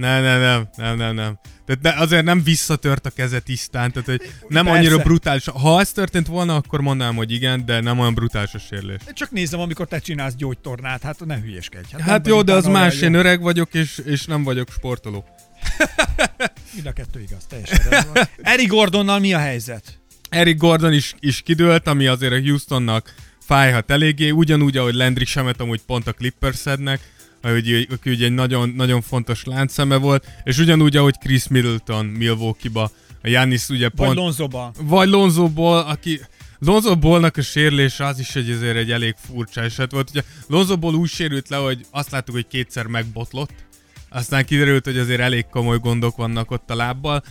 Nem. Tehát azért nem visszatört a keze tisztán, tehát hogy nem annyira brutális. Ha ez történt volna, akkor mondanám, hogy igen, de nem olyan brutális a sérülés. Csak nézem, amikor te csinálsz gyógytornát, hát ne hülyeskedj. Hát jó, de az más, én öreg vagyok, és nem vagyok sportoló. Mind a kettő igaz, teljesen. Eric Gordonnal mi a helyzet? Eric Gordon is kidőlt, ami azért a Houstonnak fájhat eléggé, ugyanúgy, ahogy Landry Shamet amúgy pont a Clippersednek, aki ugye egy nagyon, nagyon fontos láncszeme volt, és ugyanúgy, ahogy Chris Middleton Milwaukee-ba, a Giannis ugye pont... Vagy Lonzoból, aki... Lonzo Ballnak a sérülése az is azért egy elég furcsa eset volt. Ugye Lonzo Ball úgy sérült le, hogy azt láttuk, hogy kétszer megbotlott, aztán kiderült, hogy azért elég komoly gondok vannak ott a lábbal.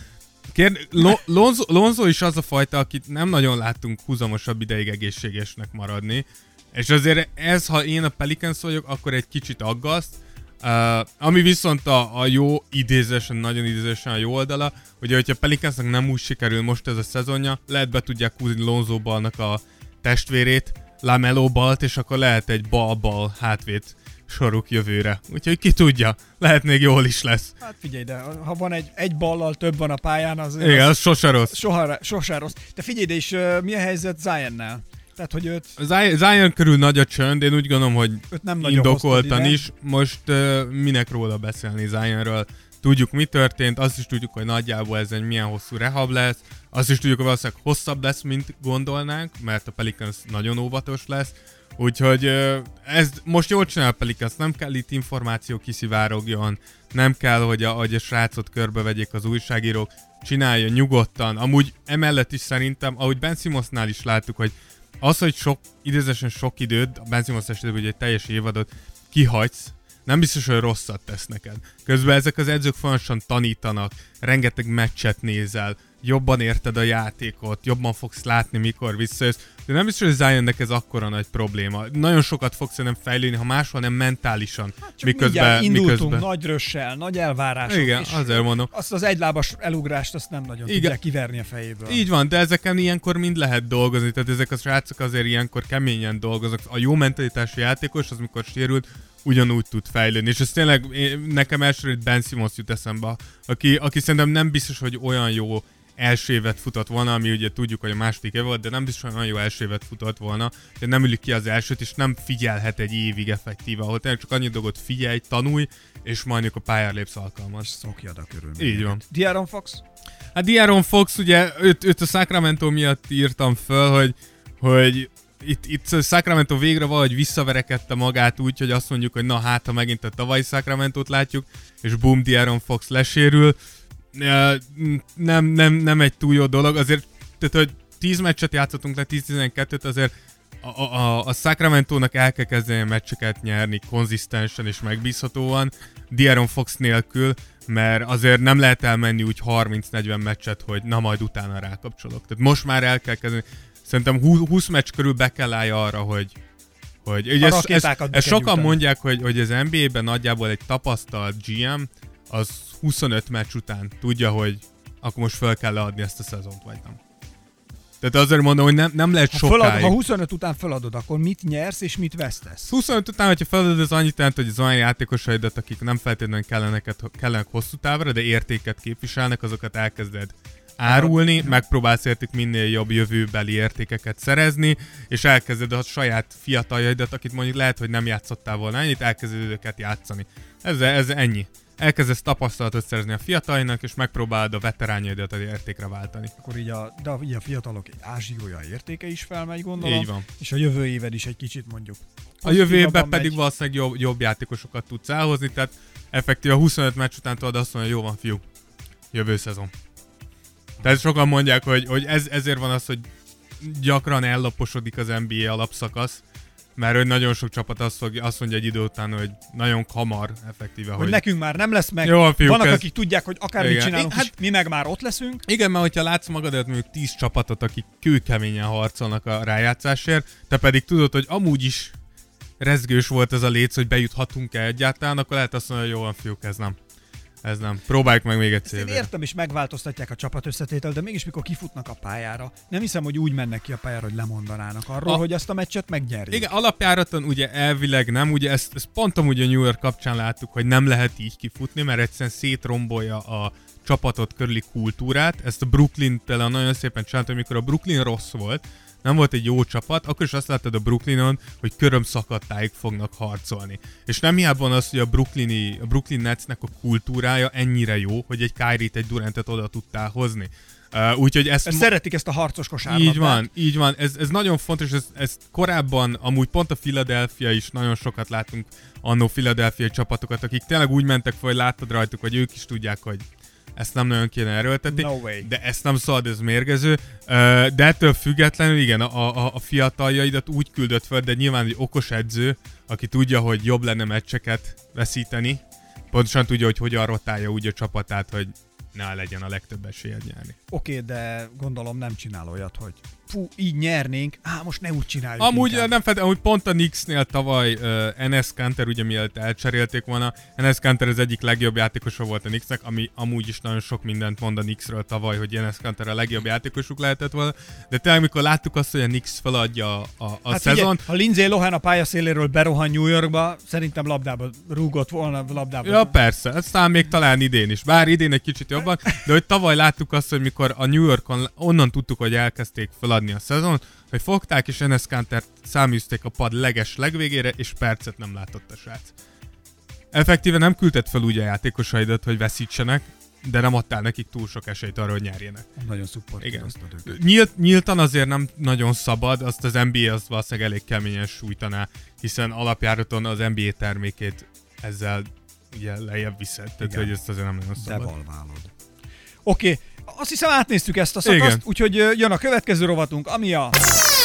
Lonzo is az a fajta, akit nem nagyon láttunk húzamosabb ideig egészségesnek maradni. És azért ez, ha én a Pelicans vagyok, akkor egy kicsit aggaszt. Ami viszont a jó idézésen, nagyon idézésen a jó oldala, hogy hogyha a Pelicansnak nem úgy sikerül most ez a szezonja, lehet be tudják húzni Lonzo Ballnak a testvérét, LaMelo Ballt, és akkor lehet egy bal-bal hátvét soruk jövőre. Úgyhogy ki tudja, lehet még jól is lesz. Hát figyelj, de ha van egy ballal több van a pályán, az... Igen, az sose rossz. Sose rossz. De figyelj, de is mi a helyzet Zionnál? Tehát, hogy őt... Zion körül nagy a csönd, én úgy gondolom, hogy indokoltan is. Most minek róla beszélni Zionről? Tudjuk, mi történt, azt is tudjuk, hogy nagyjából ez egy milyen hosszú rehab lesz, azt is tudjuk, hogy valószínűleg hosszabb lesz, mint gondolnánk, mert a Pelicans nagyon óvatos lesz. Úgyhogy ez most jól csinál a Pelicans, nem kell itt információ kiszivárogjon, nem kell, hogy a srácot körbevegyék az újságírók, csinálja nyugodtan. Amúgy emellett is szerintem, ahogy Ben Simmonsnál is láttuk, hogy az, hogy idézősen sok időt, a Ben Simmons esetében ugye egy teljes évadot kihagysz, nem biztos, hogy rosszat tesz neked. Közben ezek az edzők folyamatosan tanítanak, rengeteg meccset nézel, jobban érted a játékot, jobban fogsz látni, mikor visszajössz. De nem biztos, hogy Zionnek ez akkora nagy probléma. Nagyon sokat fogsz szerintem fejlődni, ha máshol nem mentálisan. Hát csak miközben indultunk nagy rössel, nagy elvárások. Igen, azért mondom. Azt az egylábas elugrást azt nem nagyon tudják kiverni a fejéből. Így van, de ezeken ilyenkor mind lehet dolgozni. Tehát ezek a srácok azért ilyenkor keményen dolgoznak. A jó mentalitású játékos, az mikor sérült, ugyanúgy tud fejlődni. És ez tényleg nekem elsőre Ben Simmons jut eszembe, aki szerintem nem biztos, hogy olyan jó első évet futott volna, ami ugye tudjuk, hogy a második év volt, de nem biztos, hogy olyan jó első évet futott volna, de nem ülik ki az elsőt, és nem figyelhet egy évig effektíve, ahol tényleg csak annyi dolgot figyelj, tanulj, és majd a pályára lépsz alkalmaz. Szokjad a körülményeket. Így van. De'Aaron Fox? Hát De'Aaron Fox, ugye őt a Sacramento miatt írtam föl, hogy itt a Sacramento végre valahogy visszaverekedte magát úgy, hogy azt mondjuk, hogy na hát, ha megint a tavalyi Sacramento-t látjuk, és boom, De'Aaron Fox lesérül. Nem egy túl jó dolog, azért, tehát, hogy 10 meccset játszottunk le, 10-12-t, azért a Sacramento-nak el kell kezdeni meccseket nyerni konzisztensen és megbízhatóan, De'Aaron Fox nélkül, mert azért nem lehet elmenni úgy 30-40 meccset, hogy na majd utána rákapcsolok. Tehát most már el kell kezdeni. Szerintem 20 meccs körül be kell állja arra, hogy ezt sokan mondják, hogy az NBA-ben nagyjából egy tapasztalt GM az 25 meccs után tudja, hogy akkor most fel kell leadni ezt a szezont, vagy nem. Tehát azért mondom, hogy nem lehet sokáig. Ha 25 után feladod, akkor mit nyersz és mit vesztesz? 25 után, hogyha feladod, az annyit jelent, hogy az olyan játékosaidat, akik nem feltétlenül kellenek hosszú távra, de értéket képviselnek, azokat elkezded árulni, megpróbálsz értük minél jobb jövőbeli értékeket szerezni, és elkezded a saját fiataljaidat, akit mondjuk lehet, hogy nem játszottál volna ennyit, elkezded őket játszani. Ez ennyi. Elkezdesz tapasztalatot szerezni a fiatalnak, és megpróbálod a veteránjaidat az értékre váltani. Akkor így a fiatalok egy ázsiója értéke is felmegy, gondolom. Így van. És a jövő éved is egy kicsit mondjuk. A jövő évben pedig valószínűleg jobb játékosokat tudsz elhozni, tehát effektíve 25 meccs után tudod azt mondani, hogy jó van, fiú, jövő szezon. Tehát sokan mondják, hogy ezért van az, hogy gyakran ellaposodik az NBA alapszakasz, mert nagyon sok csapat azt mondja egy idő után, hogy nagyon hamar, effektíve, hogy nekünk már nem lesz meg. Jó, fiúk, vannak, akik tudják, hogy akármit csinálunk, hát, mi meg már ott leszünk. Igen, mert hogyha látsz magadat mondjuk 10 csapatot, akik kőkeményen harcolnak a rájátszásért, te pedig tudod, hogy amúgy is rezgős volt ez a léc, hogy bejuthatunk-e egyáltalán, akkor lehet azt mondani, hogy jó van, fiúk, ez nem. Próbáljuk meg még egyszer. Én értem, és megváltoztatják a csapat összetételt, de mégis mikor kifutnak a pályára, nem hiszem, hogy úgy mennek ki a pályára, hogy lemondanának arról, hogy azt a meccset megnyerjék. Igen, alapjáraton ugye elvileg nem, ugye ezt pont amúgy a New York kapcsán láttuk, hogy nem lehet így kifutni, mert egyszerűen szétrombolja a csapatot körüli kultúrát. Ezt a Brooklyn például nagyon szépen csinálta, hogy mikor a Brooklyn rossz volt, nem volt egy jó csapat, akkor is azt láttad a Brooklynon, hogy körömszakadtáig fognak harcolni. És nem hiába van az, hogy a Brooklyn Netsnek a kultúrája ennyire jó, hogy egy Kyrie-t, egy Durantet oda tudtál hozni. Úgyhogy szeretik ezt a harcos kosárlabdát. Így van. Ez nagyon fontos, ezt korábban amúgy pont a Philadelphia is nagyon sokat látunk annó Philadelphia csapatokat, akik tényleg úgy mentek fel, hogy láttad rajtuk, hogy ők is tudják, hogy ezt nem nagyon kéne erőltetni, de ezt nem szabad, ez mérgező. De ettől függetlenül igen, a fiataljaidat úgy küldött fel, de nyilván egy okos edző, aki tudja, hogy jobb lenne meccseket veszíteni, pontosan tudja, hogy hogyan rotálja úgy a csapatát, hogy ne legyen a legtöbb esélyed nyerni. Oké, de gondolom nem csinál olyat, hogy így nyernénk, most ne úgy csináljuk. Amúgy nem feltétlenül, amúgy pont a Knicksnél tavaly Enes Kanter, ugye mielőtt elcserélték volna, Enes Kanter az egyik legjobb játékosa volt a Knicksnek, ami amúgy is nagyon sok mindent mond a Knicksről tavaly, hogy Enes Kanter a legjobb játékosuk lehetett volna, de tényleg mikor láttuk azt, hogy a Knicks feladja a szezont. Ha Lindsay Lohan a pályaszéléről berohan New Yorkba, szerintem labdába rúgott volna, labdába. Ja persze, aztán még talán idén is, bár idén egy kicsit jobban, de hogy tavaly láttuk azt, hogy mikor a New Yorkon onnan tudtuk, hogy elkezdték feladni a szezont, hogy fogták és Enes Kantert száműzték a pad legvégére, és percet nem látott a srác. Effektíve nem küldted fel úgy a játékosaidat, hogy veszítsenek, de nem adtál nekik túl sok esélyt arra, hogy nyerjenek. Nagyon szupportíroztad őket. Nyíltan azért nem nagyon szabad, azt az NBA azt valószínűleg elég keményen sújtaná, hiszen alapjáraton az NBA termékét ezzel ugye lejjebb viszed, tehát hogy ezt azért nem nagyon szabad. Devalválod. Oké. Azt hiszem átnéztük ezt a szakaszt, úgyhogy jön a következő rovatunk, ami a...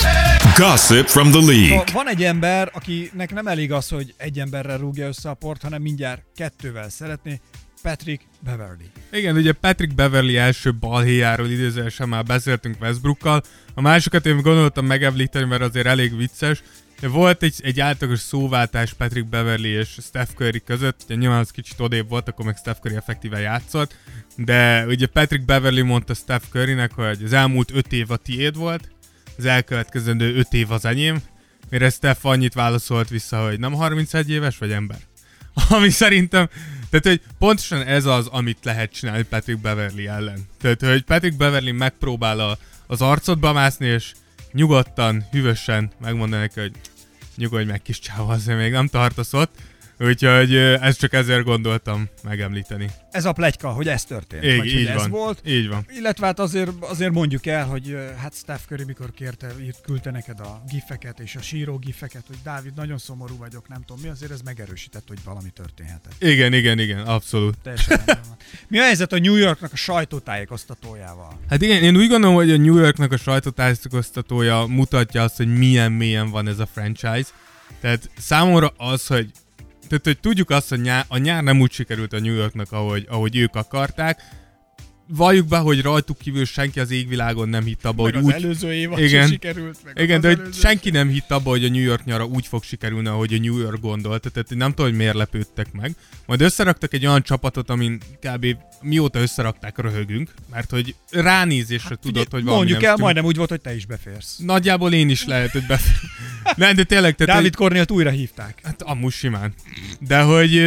Gossip from the League. Van egy ember, akinek nem elég az, hogy egy emberrel rúgja össze a port, hanem mindjárt kettővel szeretné. Patrick Beverley. Igen, ugye Patrick Beverley első balhéjáról idézősen már beszéltünk Westbrookkal. A másikat én gondoltam megemlíteni, mert azért elég vicces. Volt egy általános szóváltás Patrick Beverley és Steph Curry között, ugye nyilván az kicsit odébb volt, akkor meg Steph Curry effektíven játszott, de ugye Patrick Beverley mondta Steph Currynek, hogy az elmúlt 5 év a tiéd volt, az elkövetkezendő 5 év az enyém, mire Steph annyit válaszolt vissza, hogy nem 31 éves vagy ember. Ami szerintem, tehát hogy pontosan ez az, amit lehet csinálni Patrick Beverley ellen. Tehát, hogy Patrick Beverley megpróbál az arcodba mászni, és nyugodtan, hűvösen megmondani neki, hogy nyugodj meg kis csáva, azért még nem tartasz ott. Úgyhogy ezt csak ezért gondoltam megemlíteni. Ez a pletyka, hogy ez történt, vagy hogy így ez van, volt. Így van. Illetve hát azért mondjuk el, hogy hát Steph Curry mikor küldte neked a gifeket és a síró gifeket, hogy Dávid, nagyon szomorú vagyok, nem tudom mi, azért ez megerősített, hogy valami történhetett. Igen, abszolút. Teljesen van. Mi a helyzet a New Yorknak a sajtótájékoztatójával? Hát igen, én úgy gondolom, hogy a New Yorknak a sajtótájékoztatója mutatja azt, hogy milyen mélyen van ez a franchise. Tehát számomra az, hogy tudjuk azt, hogy a nyár nem úgy sikerült a New Yorknak, ahogy ők akarták. Valljuk be, hogy rajtuk kívül senki az égvilágon nem hitt abba, meg hogy az úgy... előző évad igen, sikerült. Meg igen, de hogy senki nem hitt abba, hogy a New York nyara úgy fog sikerülni, ahogy a New York gondolta. Tehát nem tudom, hogy miért lepődtek meg. Majd összeraktak egy olyan csapatot, amin kb. Mióta összerakták, röhögünk, mert hogy ránézésre hát, tudod, hogy valami mondjuk nem el, majdnem úgy volt, hogy te is beférsz. Nagyjából én is lehet, hogy beférsz. Nem, de tényleg... Dávid Kornélt újra hívták. Hát amúgy simán. De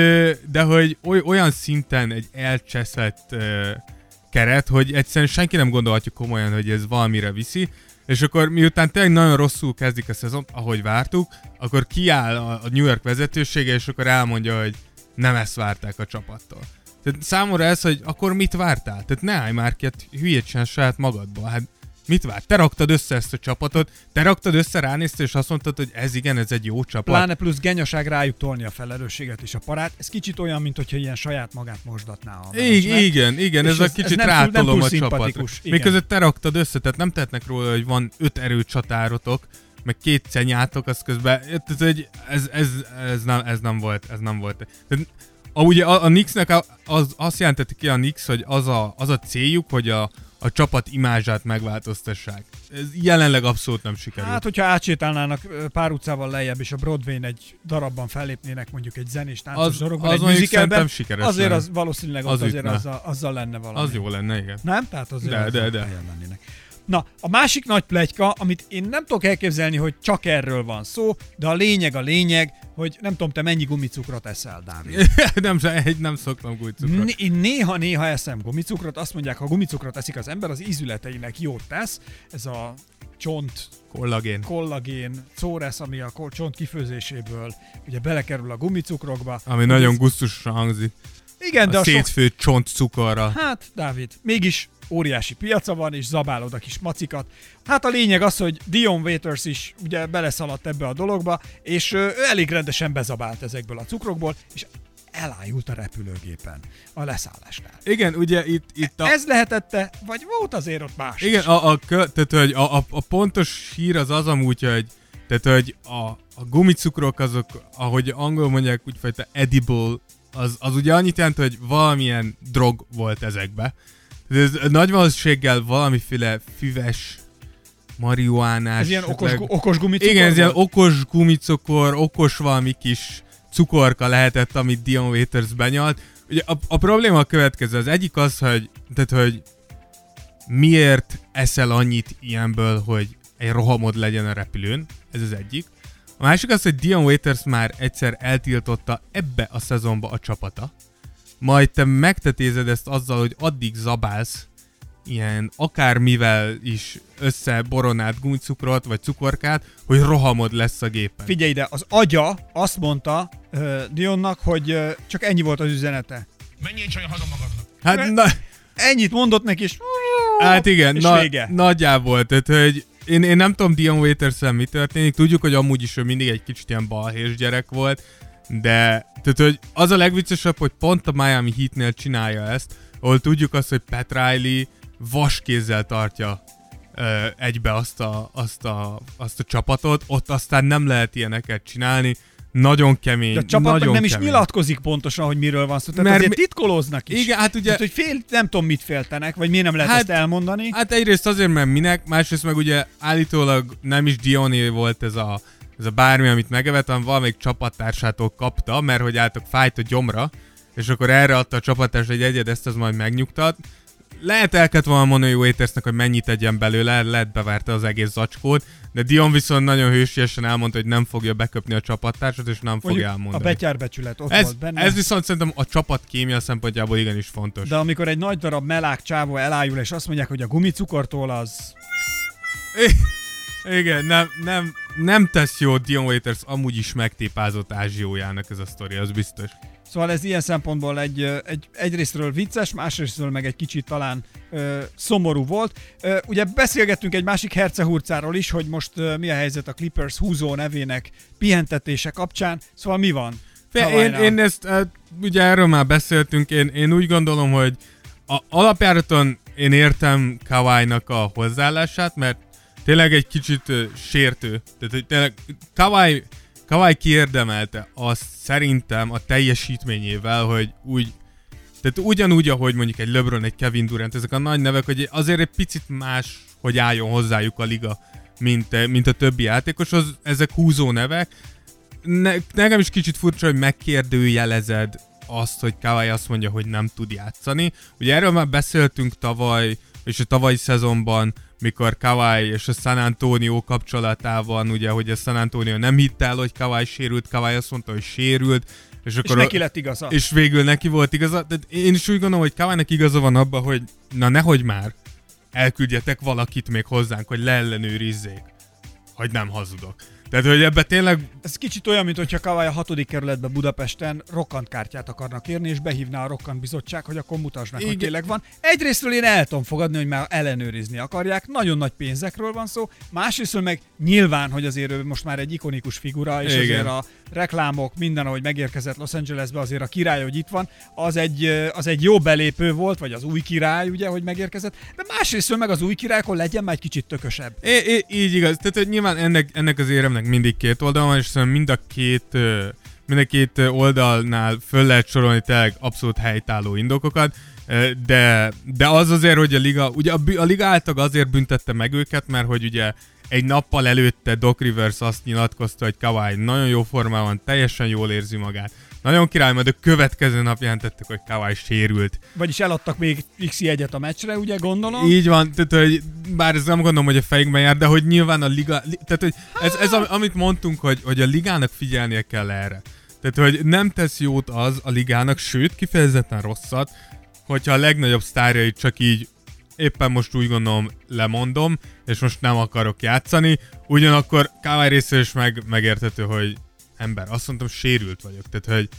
hogy olyan szinten egy elcseszett keret, hogy egyszerűen senki nem gondolhatja komolyan, hogy ez valamire viszi, és akkor miután tényleg nagyon rosszul kezdik a szezon, ahogy vártuk, akkor kiáll a New York vezetősége, és akkor elmondja, hogy nem ezt várták a csapattól. Tehát számomra ez, hogy akkor mit vártál? Tehát ne állj már ki, hülyét csinál saját magadból. Hát mit várt? Te raktad össze ezt a csapatot, te raktad össze, ránéztél, és azt mondtad, hogy ez egy jó csapat. Pláne plusz genyaság rájuk tolni a felelősséget és a parát. Ez kicsit olyan, mint hogyha ilyen saját magát mosdatná a Igen, ez a kicsit rátolom a csapatra. Miközben te raktad össze, tehát nem tehetnek róla, hogy van 5 erőcsatárotok, meg 2 cenyátok, az közben, ez nem volt. Tehát, ugye a Knicksnek azt jelentette ki a Knicks, hogy az a céljuk, hogy a csapat imázsát megváltoztassák. Ez jelenleg abszolút nem sikerült. Hát, hogyha átsétálnának pár utcával lejjebb, és a Broadwayn egy darabban fellépnének mondjuk egy zenés táncos darabban, egy musicalben, azért lenne. Az valószínűleg az azért azzal lenne valami. Az jó lenne, igen. Nem? Tehát azért de. lennének. Na, a másik nagy pletyka, amit én nem tudok elképzelni, hogy csak erről van szó, de a lényeg, hogy nem tudom, te mennyi gumicukrot eszel, Dávid. nem szoktam gumicukrot. Én néha eszem gumicukrot, azt mondják, ha gumicukrot eszik az ember, az ízületeinek jót tesz. Ez a csont, kollagén, córesz, ami a csont kifőzéséből ugye belekerül a gumicukrokba. Ami nagyon gusztusosan hangzik. Igen, de a szétfőtt csontcukorra. Hát, Dávid, mégis óriási piaca van, és zabálod a kis macikat. Hát a lényeg az, hogy Dion Waiters is ugye beleszaladt ebbe a dologba, és ő elég rendesen bezabált ezekből a cukrokból, és elájult a repülőgépen a leszállásnál. Igen, ugye itt Ez lehetette, vagy volt azért ott más? Igen, tehát, hogy a pontos hír az amúgy, hogy tehát, hogy a gumicukrok azok, ahogy angol mondják, úgyfajta edible, az ugye annyit jelent, hogy valamilyen drog volt ezekbe. Ez nagy valószínűséggel valamiféle füves, marihuánás. Ez ilyen okos gumicukor? Igen, ez ilyen okos gumicukor, okos valami kis cukorka lehetett, amit Dion Waiters benyalt. Ugye a probléma a következő. Az egyik az, hogy miért eszel annyit ilyenből, hogy egy rohamod legyen a repülőn. Ez az egyik. A másik az, hogy Dion Waiters már egyszer eltiltotta ebbe a szezonba a csapata. Majd te megtetézed ezt azzal, hogy addig zabálsz ilyen akármivel is összeboronált gumicukrot vagy cukorkát, hogy rohamod lesz a gépen. Figyelj ide, az agya azt mondta Dionnak, hogy csak ennyi volt az üzenete. Menjél csak haza magadnak. Hát ennyit mondott neki, és hát igen, és vége. Nagyjából, tehát hogy én nem tudom Dion Waiters-en mi történik, tudjuk, hogy amúgy is ő mindig egy kicsit ilyen balhés gyerek volt, de tehát, hogy az a legviccesebb, hogy pont a Miami Heatnél csinálja ezt, ahol tudjuk azt, hogy Pat Riley vaskézzel tartja egybe azt a csapatot, ott aztán nem lehet ilyeneket csinálni, nagyon kemény. De a csapat nagyon nem is kemény. nyilatkozik pontosan, hogy miről van szó. Tehát azért titkolóznak is. Igen, hát ugye... Tehát, hogy nem tudom, mit féltenek, vagy miért nem lehet ezt elmondani. Hát egyrészt azért, mert minek, másrészt meg ugye állítólag nem is Dioné volt ez a bármi, amit megevett, hanem valamelyik csapattársától kapta, mert hogy álltok fájt a gyomra, és akkor erre adta a csapattárs egy egyed, ezt az majd megnyugtat. Lehet el kellett volna mondani Waitersnek, hogy mennyit tegyen belőle, lehet bevárta az egész zacskót, de Dion viszont nagyon hősiesen elmondta, hogy nem fogja beköpni a csapattársat, és nem fogja elmondani. A betyárbecsület ott volt benne. Ez viszont szerintem a csapat kémia szempontjából igenis fontos. De amikor egy nagy darab melák csávó elájul, és azt mondják, hogy a gumicukortól az... Igen, nem tesz jó Dion Waiters amúgy is megtépázott ázsiójának ez a sztori, az biztos. Szóval ez ilyen szempontból egyrésztről vicces, másrésztről meg egy kicsit talán szomorú volt. Ugye beszélgettünk egy másik hercehurcáról is, hogy most mi a helyzet a Clippers húzó nevének pihentetése kapcsán. Szóval mi van? Én ezt, ugye erről már beszéltünk, én úgy gondolom, hogy alapjáraton én értem Kawhi-nak a hozzáállását, mert tényleg egy kicsit sértő. Tehát, hogy tényleg Kawhi kiérdemelte azt szerintem a teljesítményével, hogy tehát ugyanúgy, ahogy mondjuk egy LeBron, egy Kevin Durant, ezek a nagy nevek, hogy azért egy picit más, hogy álljon hozzájuk a liga, mint a többi játékoshoz. Ezek húzó nevek. Nekem is kicsit furcsa, hogy megkérdőjelezed azt, hogy Kawhi azt mondja, hogy nem tud játszani. Ugye erről már beszéltünk tavaly, és a tavalyi szezonban, mikor Kawhi és a San Antonio kapcsolatában, ugye, hogy a San Antonio nem hitte el, hogy Kawhi sérült, Kawhi azt mondta, hogy sérült, és akkor neki lett igaza. És végül neki volt igaza. De én is úgy gondolom, hogy Kawhinak igaza van abban, hogy na nehogy már elküldjetek valakit még hozzánk, hogy leellenőrizzék, hogy nem hazudok. Tehát, hogy ebbe tényleg... Ez kicsit olyan, mint hogyha Kawhi a 6. kerületbe Budapesten rokkantkártyát akarnak érni, és behívná a rokkantbizottság, hogy akkor mutasd meg, hogy tényleg van. Egyrésztről én el tudom fogadni, hogy már ellenőrizni akarják, nagyon nagy pénzekről van szó, másrésztről meg nyilván, hogy azért ő most már egy ikonikus figura, és azért a reklámok, minden, ahogy megérkezett Los Angelesbe, azért a király, hogy itt van, az egy jó belépő volt, vagy az új király, ugye, hogy megérkezett, de másrésztről meg az új király, akkor legyen már egy kicsit tökösebb. Így igaz, tehát hogy nyilván ennek az éremnek mindig két oldal van, és szerintem mind a két oldalnál föl lehet sorolni tényleg abszolút helytálló indokokat, de az azért, hogy a liga, ugye a liga által azért büntette meg őket, mert hogy ugye egy nappal előtte Doc Rivers azt nyilatkozta, hogy Kawhi nagyon jó formában van, teljesen jól érzi magát. Nagyon király, majd a következő nap jelentettek, hogy Kawhi sérült. Vagyis eladtak még X jegyet a meccsre, ugye gondolom? Így van, tehát hogy bár ez nem gondolom, hogy a fejükben jár, de hogy nyilván a liga, tehát hogy ez amit mondtunk, hogy a ligának figyelnie kell erre. Tehát, hogy nem tesz jót az a ligának, sőt, kifejezetten rosszat, hogyha a legnagyobb sztárjait csak így éppen most úgy gondolom lemondom, és most nem akarok játszani, ugyanakkor Kawhi részéről is megérthető, hogy ember, azt mondtam, sérült vagyok, tehát hogy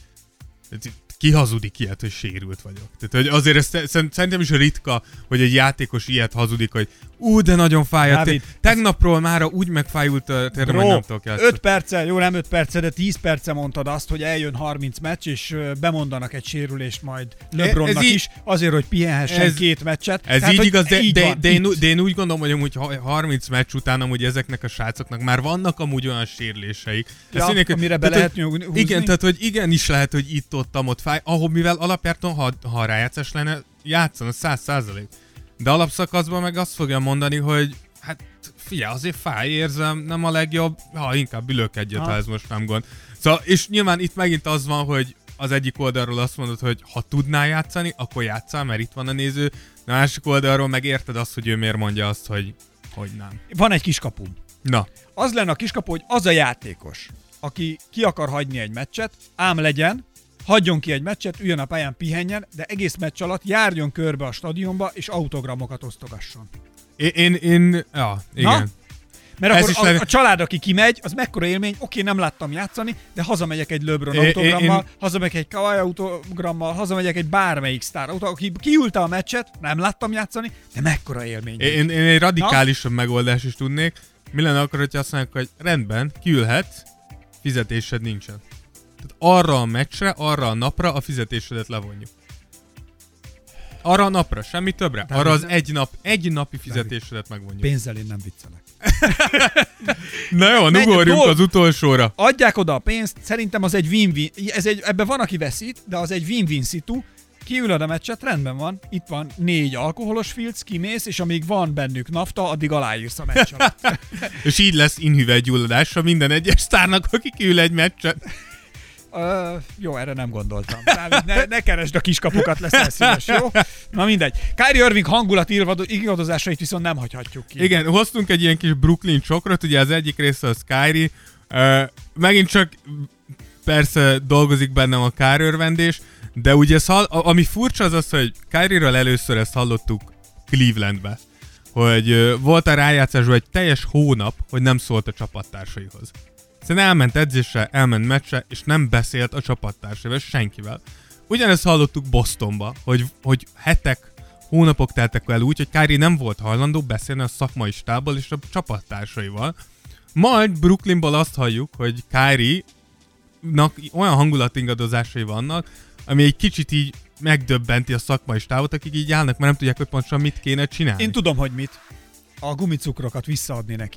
ki hazudik ilyet, hogy sérült vagyok. Tehát, hogy azért ez szerintem is ritka, hogy egy játékos ilyet hazudik, hogy de nagyon fájt. Tegnapról mára úgy megfájult a térre, hogy nem tudok játszani. 5 perce, jó nem 5 perce, de 10 perce mondtad azt, hogy eljön 30 meccs, és bemondanak egy sérülést majd LeBronnak is, azért, hogy pihenhessen 2 meccset. Ez tehát, így igaz, de én úgy gondolom, hogy amúgy 30 meccs után amúgy ezeknek a srácoknak már vannak amúgy olyan sérüléseik. Ja, amire be lehet húzni? Igen, tehát hogy igenis lehet, hogy itt-ott fáj, ahol mivel alapjártan, ha rájátszás lenne, játszana 100%. De alapszakaszban meg azt fogja mondani, hogy hát figyelj, azért fáj, érzem, nem a legjobb, inkább ülök egyet, ha ez most nem gond. Szóval, és nyilván itt megint az van, hogy az egyik oldalról azt mondod, hogy ha tudnál játszani, akkor játsszál, mert itt van a néző, de a másik oldalról meg érted azt, hogy ő miért mondja azt, hogy nem. Van egy kiskapum. Na. Az lenne a kiskapu, hogy az a játékos, aki ki akar hagyni egy meccset, ám legyen, hagyjon ki egy meccset, üljön a pályán, pihenjen, de egész meccs alatt járjon körbe a stadionba, és autogramokat osztogasson. Igen. Na? Mert akkor a család, aki kimegy, az mekkora élmény, nem láttam játszani, de hazamegyek egy LeBron autogrammal, hazamegyek egy Kawhi autogrammal, hazamegyek egy bármelyik sztár autogrammal, aki kiülte a meccset, nem láttam játszani, de mekkora élmény. Én egy radikálisabb megoldás is tudnék. Mi lenne akkor, hogyha azt mondják, hogy rendben, kiülhetsz, fizetésed nincsen. Tehát arra a meccsre, arra a napra a fizetésedet levonjuk. Arra a napra, semmi többre. Arra az egy napi fizetésedet megvonjuk. Pénzzel én nem viccelek. Na jó, ugorjunk az utolsóra. Adják oda a pénzt, szerintem az egy win-win. Ebben van, aki veszít, de az egy win-win szitu. Kiülöd a meccset, rendben van, itt van 4 alkoholos filc, kimész, és amíg van bennük nafta, addig aláírsz a meccs alatt. És így lesz inhüvelygyulladása minden egyes sztárnak, aki kiül egy meccset. Jó, erre nem gondoltam. Ne keresd a kiskapukat, leszel szíves, jó? Na mindegy. Kyrie Irving hangulat ingadozásait viszont nem hagyhatjuk ki. Igen, hoztunk egy ilyen kis Brooklyn csokrot, ugye az egyik része az Kyrie. Megint csak persze dolgozik bennem a kárőrvendés, de ugye ami furcsa az, hogy Kyrie-ről először ezt hallottuk Clevelandbe, hogy volt a rájátszásban egy teljes hónap, hogy nem szólt a csapattársaihoz. Szóval elment edzésre, elment meccsre, és nem beszélt a csapattársaival, senkivel. Ugyanezt hallottuk Bostonba, hogy hetek, hónapok teltek el úgy, hogy Kyrie nem volt hajlandó beszélni a szakmai stábbal és a csapattársaival. Majd Brooklynból azt halljuk, hogy Kyrie-nak olyan hangulatingadozásai vannak, ami egy kicsit így megdöbbenti a szakmai stábot, akik így állnak, mert nem tudják, hogy pontosan mit kéne csinálni. Én tudom, hogy mit. A gumicukrokat visszaadni neki.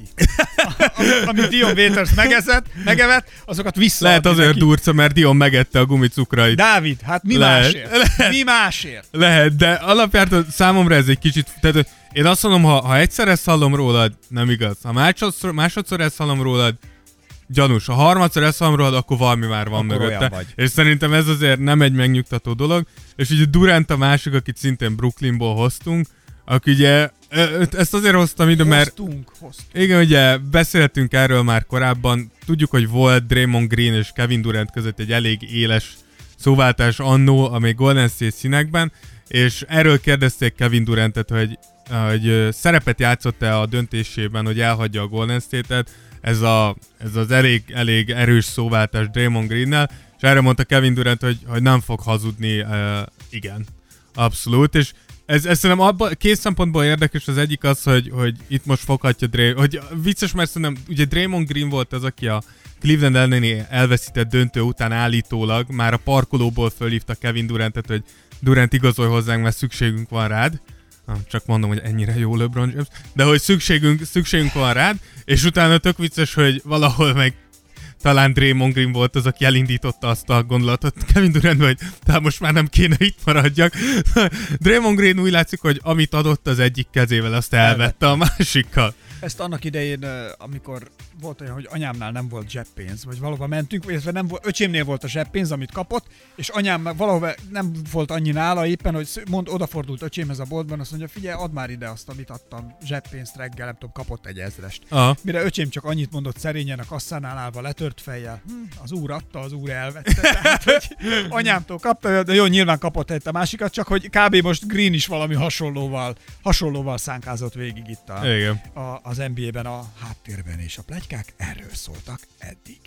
Amit Dion Waiters megevett, azokat visszaadni lehet azért neki. Durca, mert Dion megette a gumicukrait. Dávid, hát mi másért? Mi másért? Lehet, de alapjártan számomra ez egy kicsit, tehát én azt mondom, ha egyszer ezt hallom rólad, nem igaz. Ha másodszor ezt hallom rólad, gyanús. Ha harmadszor ezt hallom rólad, akkor valami már van akkor mögötte. És szerintem ez azért nem egy megnyugtató dolog. És ugye Durant a másik, akit szintén Brooklynból hoztunk, aki ugye, ezt azért hoztam ide, mert igen, ugye beszéltünk erről már korábban, tudjuk, hogy volt Draymond Green és Kevin Durant között egy elég éles szóváltás annó, ami Golden State színekben, és erről kérdezték Kevin Durantet, hogy szerepet játszott-e a döntésében, hogy elhagyja a Golden State-et, ez az elég erős szóváltás Draymond Greennel, és erre mondta Kevin Durant, hogy nem fog hazudni, igen, abszolút, és ez szerintem két szempontból érdekes, az egyik az, hogy itt most foghatja hogy vicces, mert szerintem ugye Draymond Green volt az, aki a Cleveland elleni elveszített döntő után állítólag már a parkolóból fölhívta Kevin Durantet, hogy Durant igazolj hozzánk, mert szükségünk van rád. Csak mondom, hogy ennyire jó LeBron James, de hogy szükségünk van rád, és utána tök vicces, hogy valahol meg talán Draymond Green volt az, aki elindította azt a gondolatot Kevin Durantbe, hogy tehát most már nem kéne itt maradjak. Draymond Green úgy látszik, hogy amit adott az egyik kezével, azt elvette a másikkal. Ezt annak idején, amikor volt olyan, hogy anyámnál nem volt zseppénz, vagy valahova mentünk, illetve nem volt, öcsémnél volt a zseppénz, amit kapott, és anyám valahova nem volt annyi nála éppen, hogy odafordult öcsémhez a boltban, azt mondja, figyelj, add már ide azt, amit adtam, zseppénzt reggel, nem tudom, kapott egy 1000-est. Mire öcsém csak annyit mondott szerényen a kasszánál állva letört fejjel, az úr adta, az úr elvette. Tehát, hogy anyámtól kapta, de jó, nyilván kapott egy a másikat, csak hogy kb. Most Green is valami hasonlóval szánkázott végig itt az NBA-ben a háttérben, és a pletykák erről szóltak eddig.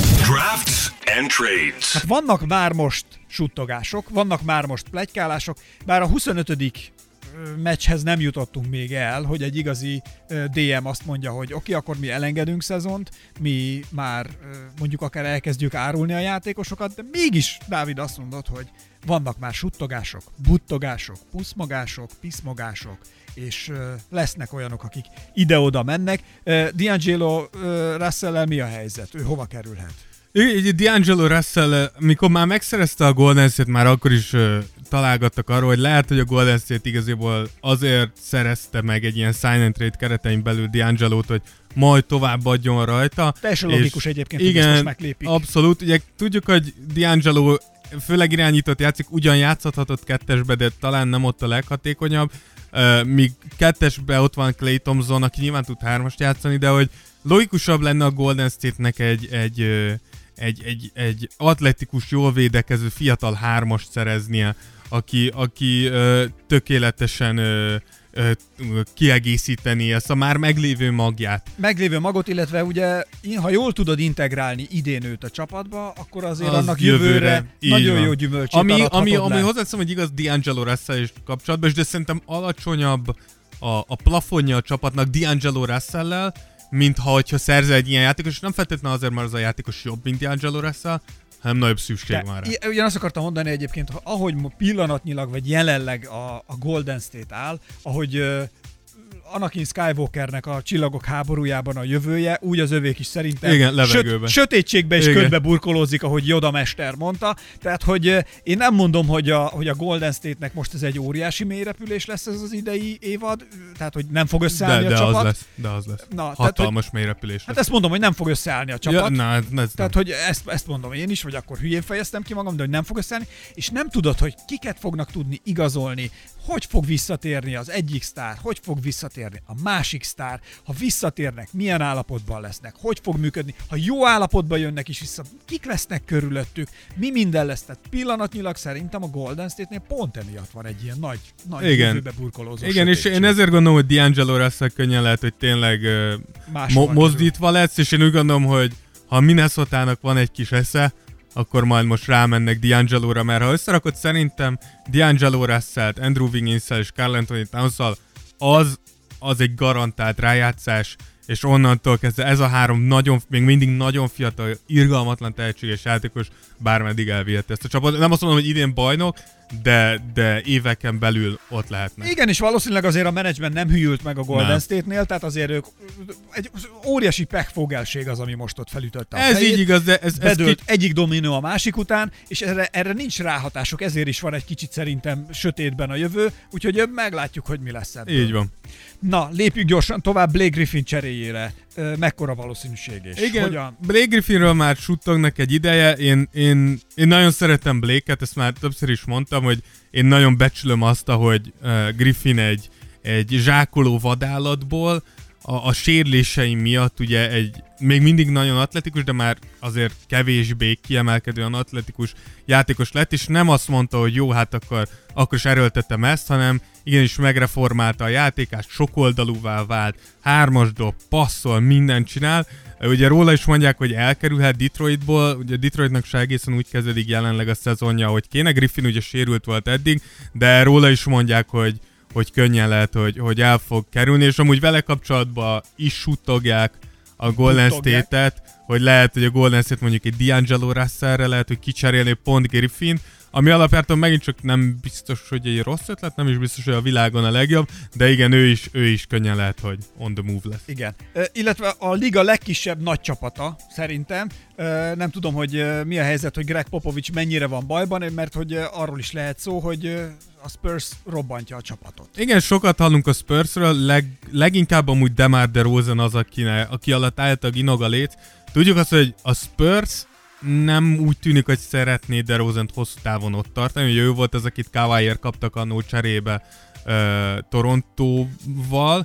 Drafts and trades. Hát vannak már most suttogások, vannak már most pletykálások, bár a 25. meccshez nem jutottunk még el, hogy egy igazi DM azt mondja, hogy oké, akkor mi elengedünk szezont, mi már mondjuk akár elkezdjük árulni a játékosokat, de mégis Dávid azt mondott, hogy vannak már suttogások, buttogások, puszmogások, piszmogások, és lesznek olyanok, akik ide-oda mennek. D'Angelo Russell-el mi a helyzet? Ő hova kerülhet? D'Angelo Russell, mikor már megszerezte a Golden State, már akkor is találgattak arról, hogy lehet, hogy a Golden State igazából azért szerezte meg egy ilyen sign and trade keretein belül D'Angelót, hogy majd továbbadjon rajta. Teljesen logikus egyébként, igen, hogy ezt most meglépik. Abszolút. Ugye tudjuk, hogy D'Angelo főleg irányított játszik, ugyan játszhathatott kettesbe, de talán nem ott a leghatékonyabb. Míg kettesbe ott van Klay Thompson, aki nyilván tud 3-ast játszani, de hogy logikusabb lenne a Golden State-nek egy atletikus, jól védekező fiatal 3-ast szereznie, aki tökéletesen kiegészíteni ezt a már meglévő magját. Meglévő magot, illetve ugye, ha jól tudod integrálni idén őt a csapatba, akkor azért annak jövőre nagyon jó gyümölcsét ami hozzáteszem, hogy igaz D'Angelo Russell is kapcsolatban, de szerintem alacsonyabb a plafonja a csapatnak D'Angelo Russell-lel, hogyha szerzel egy ilyen játékos, és nem feltétlenül azért, mert az a játékos jobb, mint D'Angelo Russell, hanem nagyobb szükség van rá. Ugyan azt akartam mondani egyébként, ahogy pillanatnyilag, vagy jelenleg a Golden State áll, ahogy Anakin Skywalkernek a Csillagok háborújában a jövője, úgy az övék is szerintem. Igen, levegőben. Sötétségbe és ködbe burkolózik, ahogy Yoda mester mondta. Tehát, hogy én nem mondom, hogy a Golden State-nek most ez egy óriási mélyrepülés lesz ez az idei évad, tehát, hogy nem fog összeállni a csapat. De az lesz. Na, hatalmas mélyrepülés lesz. Hát ezt mondom, hogy nem fog összeállni a csapat. Ja, tehát, hogy ezt mondom én is, vagy akkor hülyén fejeztem ki magam, de hogy nem fog összeállni, és nem tudod, hogy kiket fognak tudni igazolni, hogy fog visszatérni az egyik sztár, hogy fog visszatérni a másik sztár, ha visszatérnek, milyen állapotban lesznek, hogy fog működni, ha jó állapotban jönnek is vissza, kik lesznek körülöttük, mi minden lesz. Tehát pillanatnyilag szerintem a Golden State-nél pont emiatt van egy ilyen nagy jövőbe burkolózó. Igen, és én ezért gondolom, hogy D'Angelo Russell könnyen lehet, hogy tényleg mozdítva lesz, és én úgy gondolom, hogy ha Minnesotának van egy kis esze, akkor majd most rámennek D'Angelóra, mert ha összerakod, szerintem D'Angelo Russell-t, Andrew Wiggins-szel és Karl Anthony Towns-szal az egy garantált rájátszás, és onnantól kezdve ez a három még mindig nagyon fiatal, irgalmatlan tehetséges játékos bármeddig elviheti ezt a csapat. Nem azt mondom, hogy idén bajnok, de éveken belül ott lehetnek. Igen, és valószínűleg azért a menedzsment nem hűült meg a Golden State-nél, tehát azért ők egy óriási pekfogelség az, ami most ott felütötte a fejét. Ez így igaz, de bedőlt egyik dominó a másik után, és erre nincs ráhatások, ezért is van egy kicsit szerintem sötétben a jövő, úgyhogy meglátjuk, hogy mi lesz ebből. Így van. Na, lépjük gyorsan tovább Blake Griffin cseréjére. Mekkora valószínűség és igen, hogyan? Blake Griffinről már suttognak egy ideje, én nagyon szeretem Blake-et, ezt már többször is mondtam, hogy én nagyon becsülöm azt, hogy Griffin egy zsákoló vadállatból a sérüléseim miatt ugye még mindig nagyon atletikus, de már azért kevésbé kiemelkedően atletikus játékos lett, és nem azt mondta, hogy jó, hát akkor is erőltettem ezt, hanem igenis megreformálta a játékát, sokoldalúvá vált, 3-as dob, passzol, mindent csinál. Ugye róla is mondják, hogy elkerülhet Detroitból, ugye Detroitnak se egészen úgy kezdődik jelenleg a szezonja, hogy kéne. Griffin ugye sérült volt eddig, de róla is mondják, hogy könnyen lehet, hogy el fog kerülni, és amúgy vele kapcsolatban is suttogják a Golden State-et, hogy lehet, hogy a Golden State mondjuk egy D'Angelo Russellre lehet, hogy kicserélni pont Griffin, ami alapjártan megint csak nem biztos, hogy egy rossz ötlet, nem is biztos, hogy a világon a legjobb, de igen, ő is könnyen lehet, hogy on the move lesz. Igen. Illetve a liga legkisebb nagy csapata, szerintem. Nem tudom, hogy mi a helyzet, hogy Greg Popovich mennyire van bajban, mert hogy arról is lehet szó, hogy a Spurs robbantja a csapatot. Igen, sokat hallunk a Spursről, leginkább amúgy DeMar DeRozan az, aki alatt általában inog a lét. Tudjuk azt, hogy a Spurs nem úgy tűnik, hogy szeretné DeRozant hosszú távon ott tartani. Ugye ő volt az, akit Kawhiért kaptak annó cserébe Torontóval.